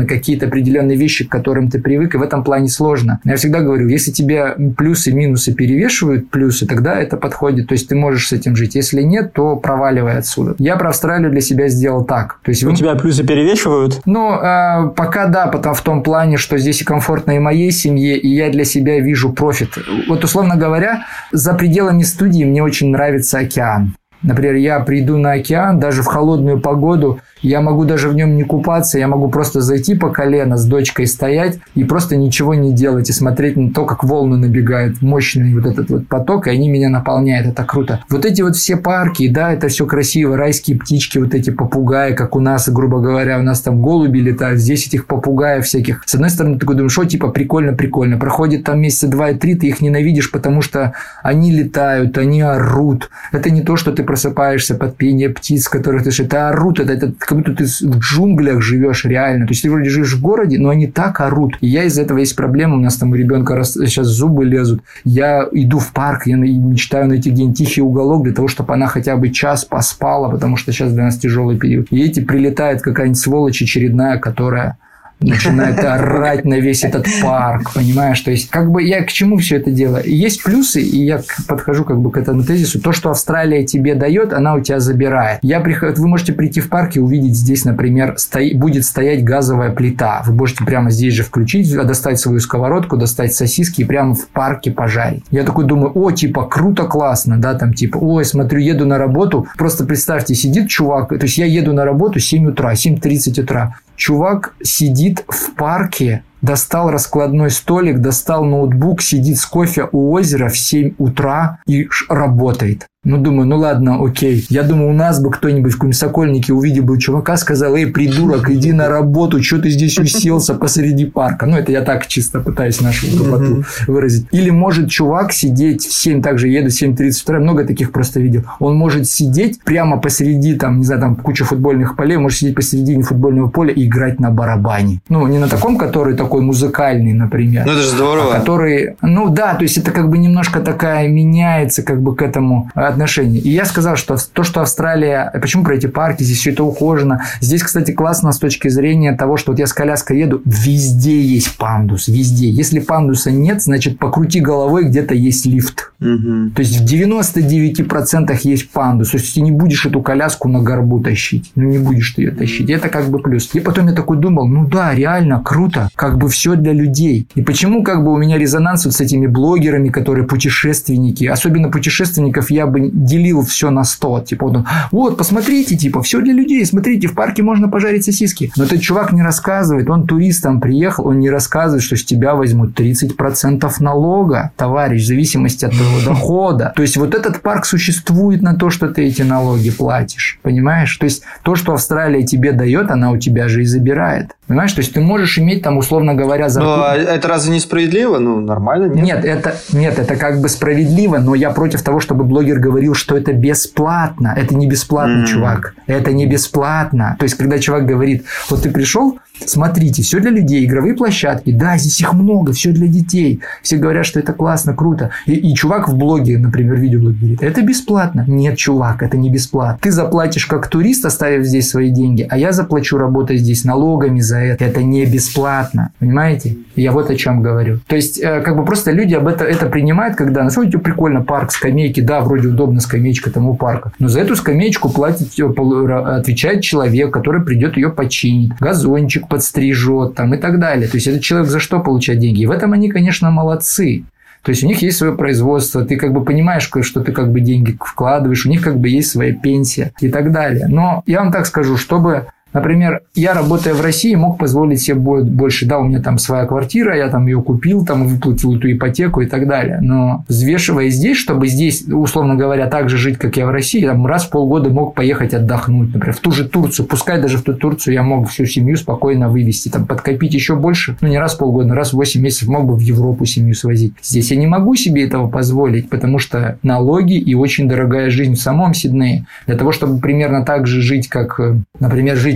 S3: определенные вещи, к которым ты привык, и в этом плане сложно. Но я всегда говорю, если тебе плюсы и минусы перевешивают плюсы, тогда это подходит, то есть ты можешь с этим жить. Если нет, то проваливай отсюда. Я про Австралию для себя сделал так. То есть
S4: у
S3: вы...
S4: тебя плюсы перевешивают?
S3: Ну, э, пока да, потому в том плане, что здесь и комфортно и моей семье, и я для себя вижу профит. Вот, условно говоря, за пределами студии мне очень нравится океан. Например, я приду на океан, даже в холодную погоду, я могу даже в нем не купаться, я могу просто зайти по колено с дочкой стоять и просто ничего не делать и смотреть на то, как волны набегают, мощный вот этот вот поток, и они меня наполняют, это круто. Вот эти вот все парки, да, это все красиво, райские птички, вот эти попугаи, как у нас, грубо говоря, у нас там голуби летают, здесь этих попугаев всяких. С одной стороны, ты такой думаешь, что типа прикольно-прикольно, проходит там месяца два и три, ты их ненавидишь, потому что они летают, они орут. Это не то, что ты просыпаешься под пение птиц, которых ты слышишь, это орут, это, это как будто ты в джунглях живешь реально. То есть ты вроде живешь в городе, но они так орут. И я из-за этого есть проблема. У нас там у ребенка рас... сейчас зубы лезут. Я иду в парк, я мечтаю найти где-нибудь тихий уголок для того, чтобы она хотя бы час поспала, потому что сейчас для нас тяжелый период. И эти прилетает какая-нибудь сволочь очередная, которая начинает орать на весь этот парк, понимаешь? То есть, как бы я к чему все это делаю? Есть плюсы, и я подхожу как бы к этому тезису. То, что Австралия тебе дает, она у тебя забирает. Я прихожу, вы можете прийти в парк и увидеть здесь, например, стои, будет стоять газовая плита. Вы можете прямо здесь же включить, достать свою сковородку, достать сосиски и прямо в парке пожарить. Я такой думаю, о, типа, круто, классно, да, там, типа, ой, смотрю, еду на работу. Просто представьте, сидит чувак, то есть, я еду на работу семь утра, семь тридцать утра. Чувак сидит в парке, достал раскладной столик, достал ноутбук, сидит с кофе у озера в семь утра и работает. Ну, думаю, ну ладно, окей. Я думаю, у нас бы кто-нибудь в каком-нибудь Сокольнике увидел бы чувака, сказал, эй, придурок, иди на работу, что ты здесь уселся посреди парка? Ну, это я так чисто пытаюсь нашу тупоту выразить. Или может чувак сидеть в семь, также еду в семь тридцать утра, много таких просто видел. Он может сидеть прямо посреди, там, не знаю, там куча футбольных полей, может сидеть посередине футбольного поля и играть на барабане. Ну, не на таком, который такой музыкальный, например.
S2: Ну, это же здорово.
S3: А который, ну, да, то есть, это как бы немножко такая меняется как бы к этому отношению. И я сказал, что то, что Австралия... Почему про эти парки? Здесь все это ухожено. Здесь, кстати, классно с точки зрения того, что вот я с коляской еду, везде есть пандус. Везде. Если пандуса нет, значит, покрути головой, где-то есть лифт. Угу. То есть, в девяноста девяти процентах есть пандус. То есть, ты не будешь эту коляску на горбу тащить. Ну, не будешь ты ее тащить. И это как бы плюс. И потом я такой думал, ну да, реально круто. Как бы все для людей. И почему как бы у меня резонанс вот с этими блогерами, которые путешественники. Особенно путешественников я бы делил все на сто. Типа, вот, вот, посмотрите, типа, все для людей. Смотрите, в парке можно пожарить сосиски. Но этот чувак не рассказывает. Он турист там приехал, он не рассказывает, что с тебя возьмут тридцать процентов налога, товарищ, в зависимости от твоего дохода. То есть, вот этот парк существует на то, что ты эти налоги платишь. Понимаешь? То есть, то, что Австралия тебе дает, она у тебя же и забирает. Понимаешь? То есть, ты можешь иметь там, условно говоря, зарплату.
S2: Но это разве не справедливо? Ну, нормально, нет?
S3: Нет, это, нет, это как бы справедливо, но я против того, чтобы блогер говорил, что это бесплатно. Это не бесплатно, mm. чувак. Это не бесплатно. То есть, когда чувак говорит, вот ты пришел, смотрите, все для людей, игровые площадки, да, здесь их много, все для детей. Все говорят, что это классно, круто. И, и чувак в блоге, например, видеоблог говорит, это бесплатно. Нет, чувак, это не бесплатно. Ты заплатишь как турист, оставив здесь свои деньги, а я заплачу, работая здесь налогами за это. Это не бесплатно. Понимаете? Я вот о чем говорю. То есть, как бы просто люди об этом это принимают, когда, ну, смотрите, прикольно, парк, скамейки, да, вроде удобно скамеечка тому парка. Но за эту скамеечку платит, отвечает человек, который придет ее починит, газончик подстрижет там, и так далее. То есть, этот человек за что получает деньги? И в этом они, конечно, молодцы. То есть, у них есть свое производство, ты как бы понимаешь, что ты как бы деньги вкладываешь, у них как бы есть своя пенсия и так далее. Но я вам так скажу, чтобы... Например, я, работая в России, мог позволить себе больше. Да, у меня там своя квартира, я там ее купил, там выплатил эту ипотеку и так далее. Но взвешивая здесь, чтобы здесь, условно говоря, так же жить, как я в России, там раз в полгода мог поехать отдохнуть, например, в ту же Турцию. Пускай даже в ту Турцию я мог всю семью спокойно вывезти, там, подкопить еще больше. Ну, не раз в полгода, раз в восемь месяцев мог бы в Европу семью свозить. Здесь я не могу себе этого позволить, потому что налоги и очень дорогая жизнь в самом Сиднее. Для того, чтобы примерно так же жить, как, например, жить в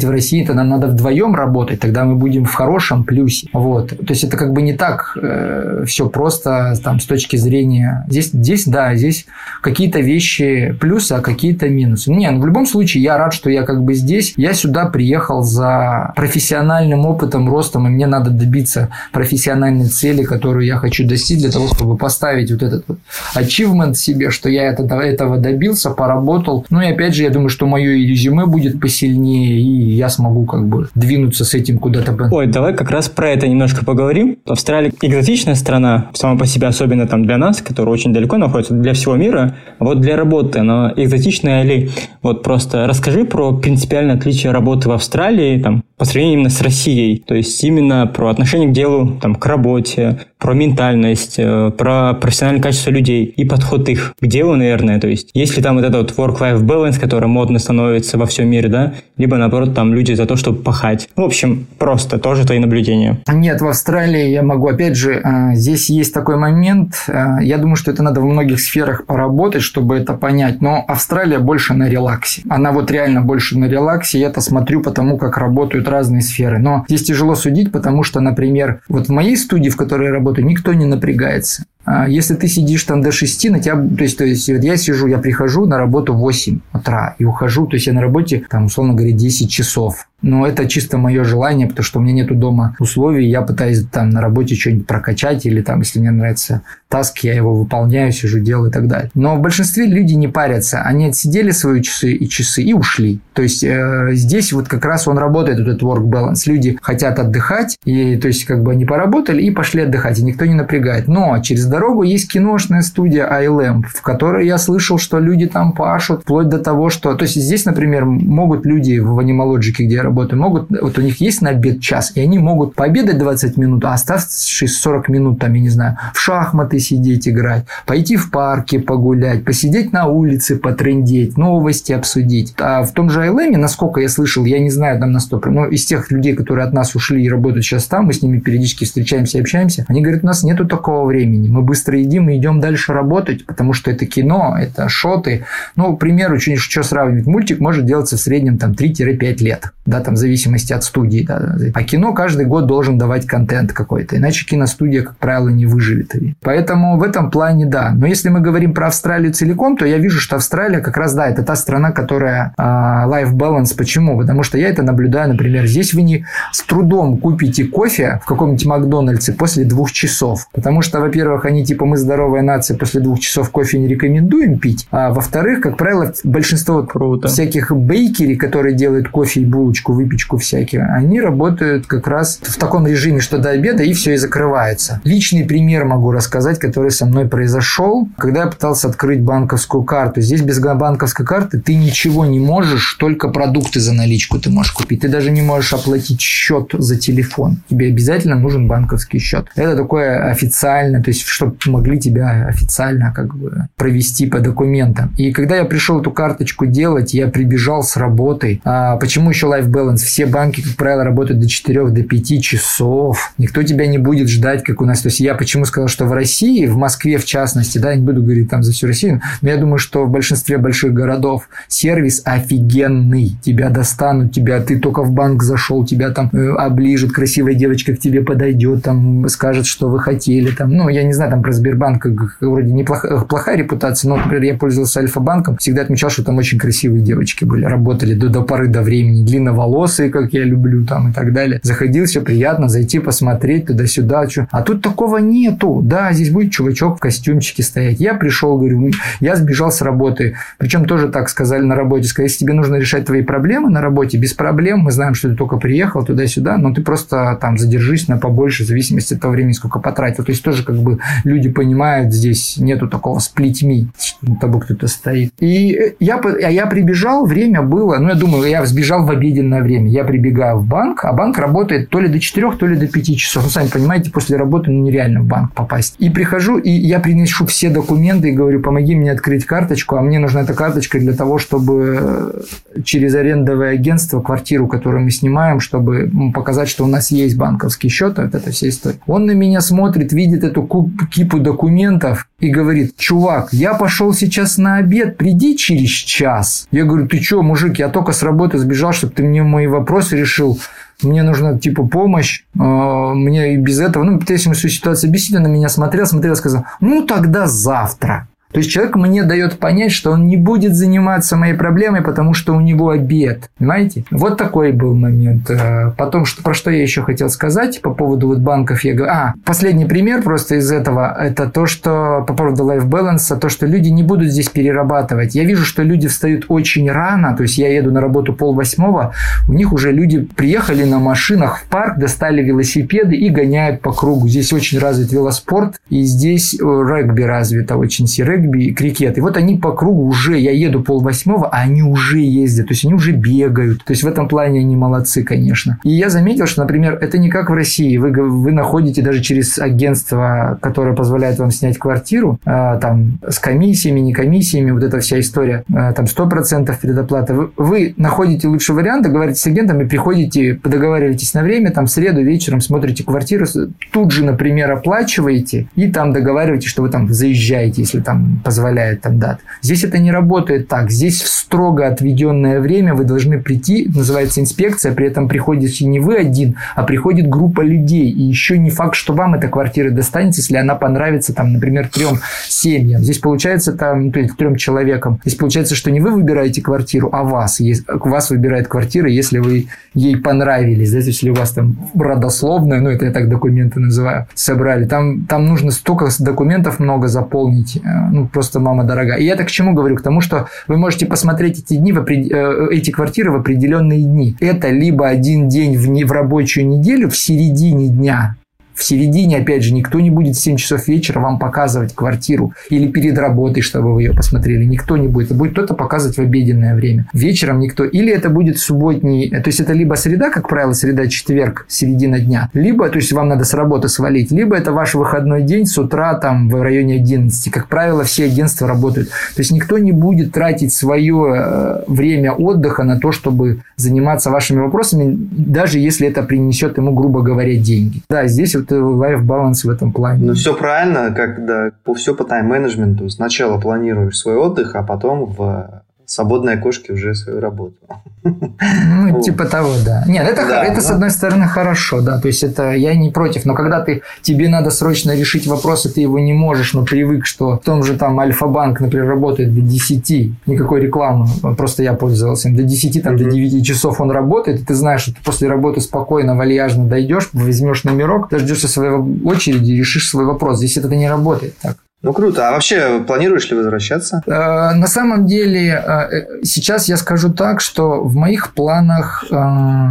S3: в России, то нам надо вдвоем работать, тогда мы будем в хорошем плюсе. Вот. То есть это как бы не так э, все просто там, с точки зрения... Здесь, здесь, да, здесь какие-то вещи плюсы, а какие-то минусы. Не, ну в любом случае я рад, что я как бы здесь. Я сюда приехал за профессиональным опытом, ростом, и мне надо добиться профессиональной цели, которую я хочу достичь для того, чтобы поставить вот этот вот achievement себе, что я это, этого добился, поработал. Ну и опять же, я думаю, что мое резюме будет посильнее, и я смогу как бы двинуться с этим куда-то.
S4: Ой, давай как раз про это немножко поговорим. Австралия экзотичная страна, сама по себе, особенно там для нас, которая очень далеко находится, для всего мира. Вот для работы, но экзотичная ли? Вот просто расскажи про принципиальное отличие работы в Австралии там, по сравнению именно с Россией. То есть именно про отношение к делу, там, к работе, про ментальность, про профессиональное качество людей и подход их к делу, наверное. То есть есть ли там вот этот вот work-life balance, который модно становится во всем мире, да? Либо, наоборот, там люди за то, чтобы пахать. В общем, просто тоже твои наблюдения.
S3: Нет, в Австралии я могу, опять же, здесь есть такой момент. Я думаю, что это надо во многих сферах поработать, чтобы это понять. Но Австралия больше на релаксе. Она вот реально больше на релаксе. Я это смотрю по тому, как работают разные сферы. Но здесь тяжело судить, потому что, например, вот в моей студии, в которой я работаю, никто не напрягается. Если ты сидишь там до шести, на тебя, то есть, то есть вот я сижу, я прихожу на работу в восемь утра и ухожу, то есть я на работе, там, условно говоря, десять часов. Но это чисто мое желание, потому что у меня нету дома условий, я пытаюсь там на работе что-нибудь прокачать, или там, если мне нравится таск, я его выполняю, сижу, делаю и так далее. Но в большинстве люди не парятся, они отсидели свои часы и часы и ушли. То есть э, здесь вот как раз он работает, этот work balance. Люди хотят отдыхать, и, то есть как бы они поработали и пошли отдыхать, и никто не напрягает. Но через дорогу есть киношная студия ай эл эм, в которой я слышал, что люди там пашут, вплоть до того, что... То есть здесь, например, могут люди в Animalogic, где я работаю, могут... Вот у них есть на обед час, и они могут пообедать двадцать минут, а оставшись сорок минут, там, я не знаю, в шахматы сидеть, играть, пойти в парке погулять, посидеть на улице, потрындеть, новости обсудить. А в том же ай эл эм, насколько я слышал, я не знаю там на сто процентов, но из тех людей, которые от нас ушли и работают сейчас там, мы с ними периодически встречаемся и общаемся, они говорят, у нас нету такого времени. Мы быстро едим и идем дальше работать, потому что это кино, это шоты. Ну, к примеру, что, что сравнивать, мультик может делаться в среднем там три-пять лет, да, там в зависимости от студии. Да. А кино каждый год должен давать контент какой-то, иначе киностудия, как правило, не выживет. Поэтому в этом плане да. Но если мы говорим про Австралию целиком, то я вижу, что Австралия как раз, да, это та страна, которая а, life balance. Почему? Потому что я это наблюдаю, например, здесь вы не с трудом купите кофе в каком-нибудь Макдональдсе после двух часов. Потому что, во-первых, они типа мы здоровая нация, после двух часов кофе не рекомендуем пить. А во-вторых, как правило, большинство Круто. всяких бейкери, которые делают кофе и булочку, выпечку всякие, они работают как раз в таком режиме, что до обеда и все и закрывается. Личный пример могу рассказать, который со мной произошел, когда я пытался открыть банковскую карту. Здесь без банковской карты ты ничего не можешь, только продукты за наличку ты можешь купить. Ты даже не можешь оплатить счет за телефон. Тебе обязательно нужен банковский счет. Это такое официально, то есть чтобы могли тебя официально как бы провести по документам. И когда я пришел эту карточку делать, я прибежал с работы. А почему еще life balance? Все банки, как правило, работают до четырёх, до пяти часов. Никто тебя не будет ждать, как у нас. То есть я почему сказал, что в России, в Москве в частности, да, я не буду говорить там за всю Россию, но я думаю, что в большинстве больших городов сервис офигенный. Тебя достанут, тебя, ты только в банк зашел, тебя там э, оближут, красивая девочка к тебе подойдет, там скажет, что вы хотели. Там, ну, я не знаю, там про Сбербанк вроде неплохая плохая репутация, но, например, я пользовался Альфа-банком, всегда отмечал, что там очень красивые девочки были, работали до, до поры до времени, длинноволосые, как я люблю, там и так далее. Заходил, все приятно, зайти, посмотреть туда-сюда. Что. А тут такого нету. Да, здесь будет чувачок в костюмчике стоять. Я пришел, говорю, я сбежал с работы. Причем тоже так сказали на работе. Сказали, если тебе нужно решать твои проблемы на работе, без проблем, мы знаем, что ты только приехал туда-сюда, но ты просто там задержись на побольше, в зависимости от того времени, сколько потратил. То есть тоже как бы люди понимают, здесь нету такого сплитьми, что над тобой кто-то стоит. И я, я прибежал, время было, ну, я думаю, я сбежал в обеденное время. Я прибегаю в банк, а банк работает то ли до четырёх, то ли до пяти часов. Ну, сами понимаете, после работы ну, нереально в банк попасть. И прихожу, и я приношу все документы и говорю, помоги мне открыть карточку, а мне нужна эта карточка для того, чтобы через арендовое агентство квартиру, которую мы снимаем, чтобы показать, что у нас есть банковский счет, вот эта вся история. Он на меня смотрит, видит эту кипу документов и говорит: чувак, я пошел сейчас на обед, приди через час. Я говорю: ты что, мужик, я только с работы сбежал, чтобы ты мне мои вопросы решил. Мне нужна, типа, помощь. Мне и без этого... Ну, пытаюсь ему всю ситуацию объяснить. Он на меня смотрел, смотрел, сказал: ну, тогда завтра. То есть, человек мне дает понять, что он не будет заниматься моей проблемой, потому что у него обед. Понимаете? Вот такой был момент. Потом, что, про что я еще хотел сказать по поводу вот банков. Я говорю... А, последний пример просто из этого. Это то, что по поводу life balance, то, что люди не будут здесь перерабатывать. Я вижу, что люди встают очень рано. То есть, я еду на работу полвосьмого. У них уже люди приехали на машинах в парк, достали велосипеды и гоняют по кругу. Здесь очень развит велоспорт. И здесь регби развито очень сильно. Регби, крикет. И вот они по кругу уже, я еду полвосьмого, а они уже ездят. То есть, они уже бегают. То есть, в этом плане они молодцы, конечно. И я заметил, что, например, это не как в России. Вы, вы находите даже через агентство, которое позволяет вам снять квартиру, э, там, с комиссиями, не комиссиями, вот эта вся история, э, там, сто процентов предоплата. Вы, вы находите лучший вариант, договариваетесь с агентом и приходите, договариваетесь на время, там, в среду вечером смотрите квартиру, тут же, например, оплачиваете и там договариваетесь, что вы там заезжаете, если там позволяет там дата. Здесь это не работает так. Здесь в строго отведенное время вы должны прийти, называется инспекция, при этом приходите не вы один, а приходит группа людей. И еще не факт, что вам эта квартира достанется, если она понравится, там, например, трем семьям. Здесь получается, там, то есть, трем человекам. Здесь получается, что не вы выбираете квартиру, а вас. Вас выбирает квартира, если вы ей понравились. Да? Если у вас там родословная, ну, это я так документы называю, собрали. Там, там нужно столько документов много заполнить. Ну, просто мама дорогая. И я так к чему говорю? К тому, что вы можете посмотреть эти дни, в опред... эти квартиры в определенные дни. Это либо один день в, не... в рабочую неделю в середине дня. В середине, опять же, никто не будет в семь часов вечера вам показывать квартиру или перед работой, чтобы вы ее посмотрели. Никто не будет. Это будет кто-то показывать в обеденное время. Вечером никто. Или это будет субботний... То есть, это либо среда, как правило, среда-четверг, середина дня. Либо, то есть, вам надо с работы свалить. Либо это ваш выходной день с утра там в районе одиннадцати. Как правило, все агентства работают. То есть, никто не будет тратить свое время отдыха на то, чтобы заниматься вашими вопросами, даже если это принесет ему, грубо говоря, деньги. Да, здесь вот life balance в этом плане.
S2: Ну, все правильно, когда все по тайм-менеджменту. Сначала планируешь свой отдых, а потом в свободной окошке уже свою работу.
S3: Ну, типа того, да. Нет, это, да, это да. С одной стороны, хорошо, да. То есть, это я не против. Но когда ты, тебе надо срочно решить вопрос, и ты его не можешь, но привык, что в том же там Альфа-банк, например, работает до десяти, никакой рекламы, просто я пользовался им, до десяти, там, mm-hmm. до девяти часов он работает, и ты знаешь, что ты после работы спокойно, вальяжно дойдешь, возьмешь номерок, дождешься своей очереди и решишь свой вопрос. Здесь это не работает так.
S2: Ну, круто. А вообще, планируешь ли возвращаться?
S3: Э, на самом деле, э, сейчас я скажу так, что в моих планах э,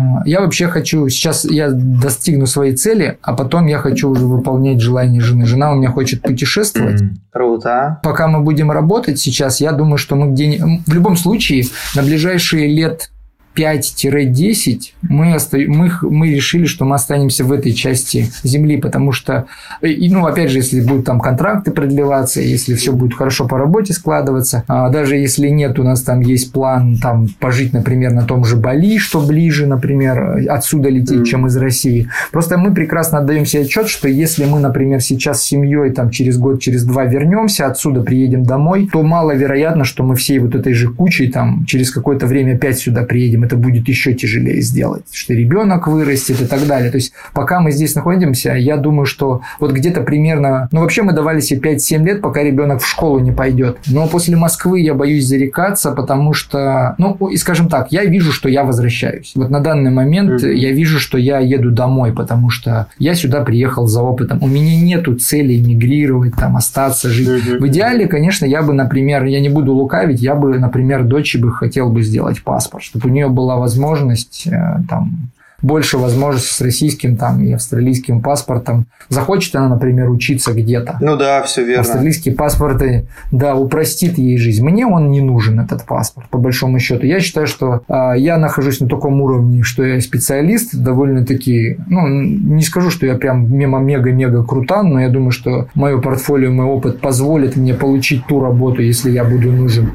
S3: я вообще хочу... Сейчас я достигну своей цели, а потом я хочу уже выполнять желание жены. Жена у меня хочет путешествовать. Mm,
S2: круто.
S3: Пока мы будем работать сейчас, я думаю, что мы где-нибудь... В любом случае, на ближайшие лет... пять-десять мы, оста... мы, мы решили, что мы останемся в этой части земли, потому что, и, ну, опять же, если будут там контракты продлеваться, если все будет хорошо по работе складываться, а даже если нет, у нас там есть план там пожить, например, на том же Бали, что ближе, например, отсюда лететь, mm. чем из России. Просто мы прекрасно отдаем себе отчет, что если мы, например, сейчас с семьей там через год, через два вернемся, отсюда приедем домой, то маловероятно, что мы всей вот этой же кучей там через какое-то время опять сюда приедем. Это будет еще тяжелее сделать, что ребенок вырастет и так далее. То есть, пока мы здесь находимся, я думаю, что вот где-то примерно... Ну, вообще мы давали себе пять-семь лет, пока ребенок в школу не пойдет. Но после Москвы я боюсь зарекаться, потому что... Ну, и скажем так, я вижу, что я возвращаюсь. Вот на данный момент mm-hmm. я вижу, что я еду домой, потому что я сюда приехал за опытом. У меня нету цели эмигрировать, там, остаться, жить. Mm-hmm. В идеале, конечно, я бы, например, я не буду лукавить, я бы, например, дочери бы хотел бы сделать паспорт, чтобы у нее была возможность там, больше возможностей с российским там, и австралийским паспортом. Захочет она, например, учиться где-то.
S2: Ну да, все верно.
S3: Австралийский паспорт, да, упростит ей жизнь. Мне он не нужен, этот паспорт, по большому счету. Я считаю, что э, я нахожусь на таком уровне, что я специалист, довольно-таки, ну, не скажу, что я прям мега-мега крутан, но я думаю, что мое портфолио, мой опыт позволит мне получить ту работу, если я буду нужен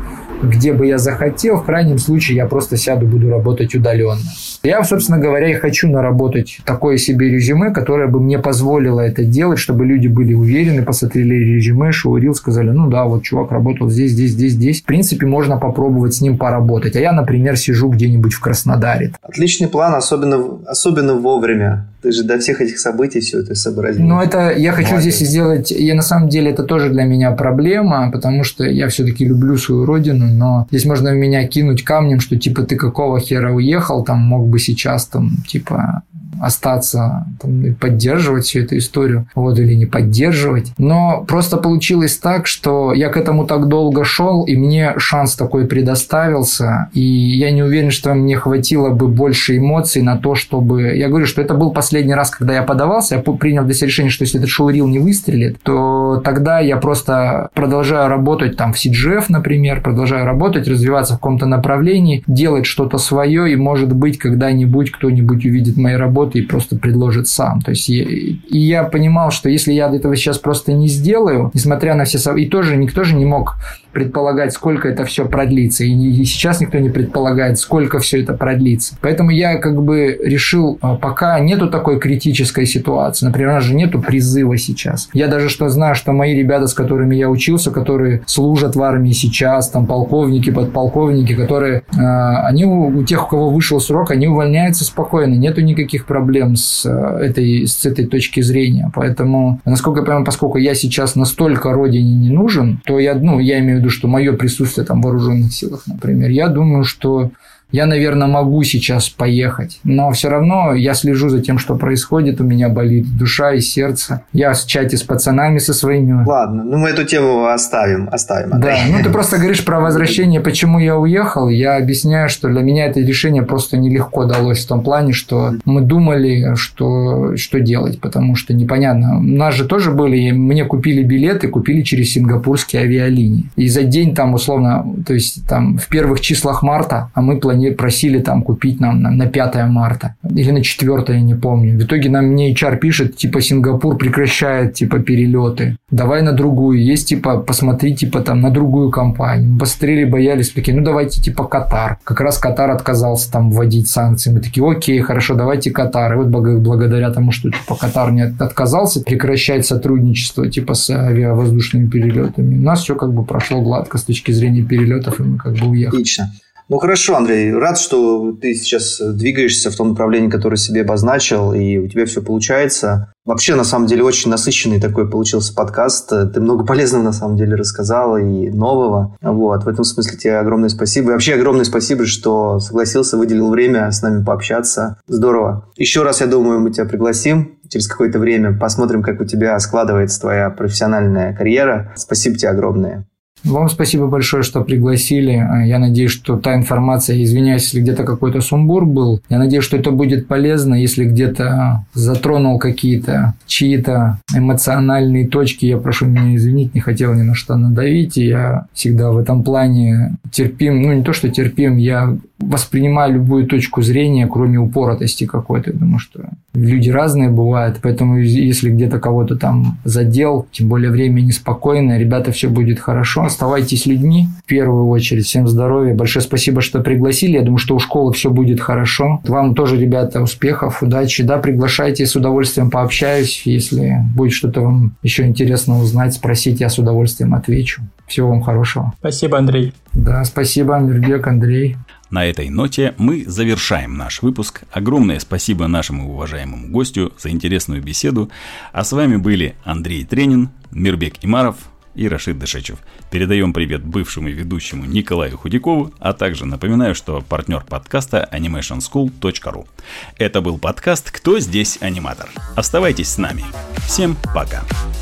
S3: где бы я захотел. В крайнем случае я просто сяду, буду работать удаленно. Я, собственно говоря, и хочу наработать такое себе резюме, которое бы мне позволило это делать, чтобы люди были уверены, посмотрели резюме, шоурил, сказали, ну да, вот чувак работал здесь, здесь, здесь, здесь. В принципе, можно попробовать с ним поработать. А я, например, сижу где-нибудь в Краснодаре.
S2: Отличный план, особенно, особенно вовремя. Ты же до всех этих событий все это сообразил.
S3: Ну, это я хочу Молодец. Здесь сделать... Я, на самом деле, это тоже для меня проблема, потому что я все-таки люблю свою родину, но здесь можно в меня кинуть камнем, что, типа, ты какого хера уехал, там, мог бы сейчас, там, типа... остаться там, и поддерживать всю эту историю, вот, или не поддерживать. Но просто получилось так, что я к этому так долго шел, и мне шанс такой предоставился, и я не уверен, что мне хватило бы больше эмоций на то, чтобы... Я говорю, что это был последний раз, когда я подавался, я принял для себя решение, что если этот шоурил не выстрелит, то тогда я просто продолжаю работать там в си джи эф, например, продолжаю работать, развиваться в каком-то направлении, делать что-то свое, и, может быть, когда-нибудь кто-нибудь увидит мои работы и просто предложит сам. То есть, я, и я понимал, что если я этого сейчас просто не сделаю, несмотря на все... И тоже никто же не мог предполагать, сколько это все продлится. И, и сейчас никто не предполагает, сколько все это продлится. Поэтому я как бы решил, пока нету такой критической ситуации, например, у нас же нету призыва сейчас. Я даже что знаю, что мои ребята, с которыми я учился, которые служат в армии сейчас, там полковники, подполковники, которые, э, они у, у тех, у кого вышел срок, они увольняются спокойно, нету никаких проблем с этой, с этой точки зрения. Поэтому, насколько я понимаю, поскольку я сейчас настолько родине не нужен, то я, ну, я имею в виду, что мое присутствие там в вооруженных силах, например, я думаю, что я, наверное, могу сейчас поехать, но все равно я слежу за тем, что происходит, у меня болит душа и сердце. Я в чате с пацанами со своими.
S2: Ладно, ну мы эту тему оставим, оставим. Андрей.
S3: Да, ну ты просто говоришь про возвращение, почему я уехал. Я объясняю, что для меня это решение просто нелегко далось в том плане, что мы думали, что, что делать, потому что непонятно. У нас же тоже были, мне купили билеты, купили через сингапурские авиалинии. И за день там условно, то есть там в первых числах марта, а мы планировали просили там купить нам на, на пятое марта или на четвёртое, я не помню. В итоге нам мне эйч ар пишет, типа, Сингапур прекращает, типа, перелеты. Давай на другую. Есть, типа, посмотри, типа, там, на другую компанию. Мы посмотрели, боялись, такие, ну, давайте, типа, Катар. Как раз Катар отказался там вводить санкции. Мы такие, окей, хорошо, давайте Катар. И вот благодаря тому, что, типа, Катар не отказался прекращать сотрудничество, типа, с авиавоздушными перелетами. У нас все как бы прошло гладко с точки зрения перелетов, и мы как бы уехали.
S2: Отлично. Ну хорошо, Андрей, рад, что ты сейчас двигаешься в том направлении, которое себе обозначил, и у тебя все получается. Вообще, на самом деле, очень насыщенный такой получился подкаст. Ты много полезного, на самом деле, рассказал и нового. Вот. В этом смысле тебе огромное спасибо. И вообще огромное спасибо, что согласился, выделил время с нами пообщаться. Здорово. Еще раз, я думаю, мы тебя пригласим через какое-то время. Посмотрим, как у тебя складывается твоя профессиональная карьера. Спасибо тебе огромное.
S3: Вам спасибо большое, что пригласили. Я надеюсь, что та информация, извиняюсь, если где-то какой-то сумбур был, я надеюсь, что это будет полезно, если где-то затронул какие-то чьи-то эмоциональные точки, я прошу меня извинить, не хотел ни на что надавить, и я всегда в этом плане терпим, ну не то, что терпим, я воспринимаю любую точку зрения, кроме упоротости какой-то. Я думаю, что люди разные бывают, поэтому если где-то кого-то там задел, тем более время неспокойное, ребята, все будет хорошо. Оставайтесь людьми в первую очередь. Всем здоровья. Большое спасибо, что пригласили. Я думаю, что у школы все будет хорошо. Вам тоже, ребята, успехов, удачи. Да, приглашайте, с удовольствием пообщаюсь. Если будет что-то вам еще интересно узнать, спросите, я с удовольствием отвечу. Всего вам хорошего.
S4: Спасибо, Андрей.
S3: Да, спасибо, Мирбек, Андрей.
S1: На этой ноте мы завершаем наш выпуск. Огромное спасибо нашему уважаемому гостю за интересную беседу. А с вами были Андрей Тренин, Мирбек Имаров и Рашид Дышечев. Передаем привет бывшему ведущему Николаю Худякову, а также напоминаю, что партнер подкаста анимейшн скул точка ру. Это был подкаст «Кто здесь аниматор?». Оставайтесь с нами. Всем пока.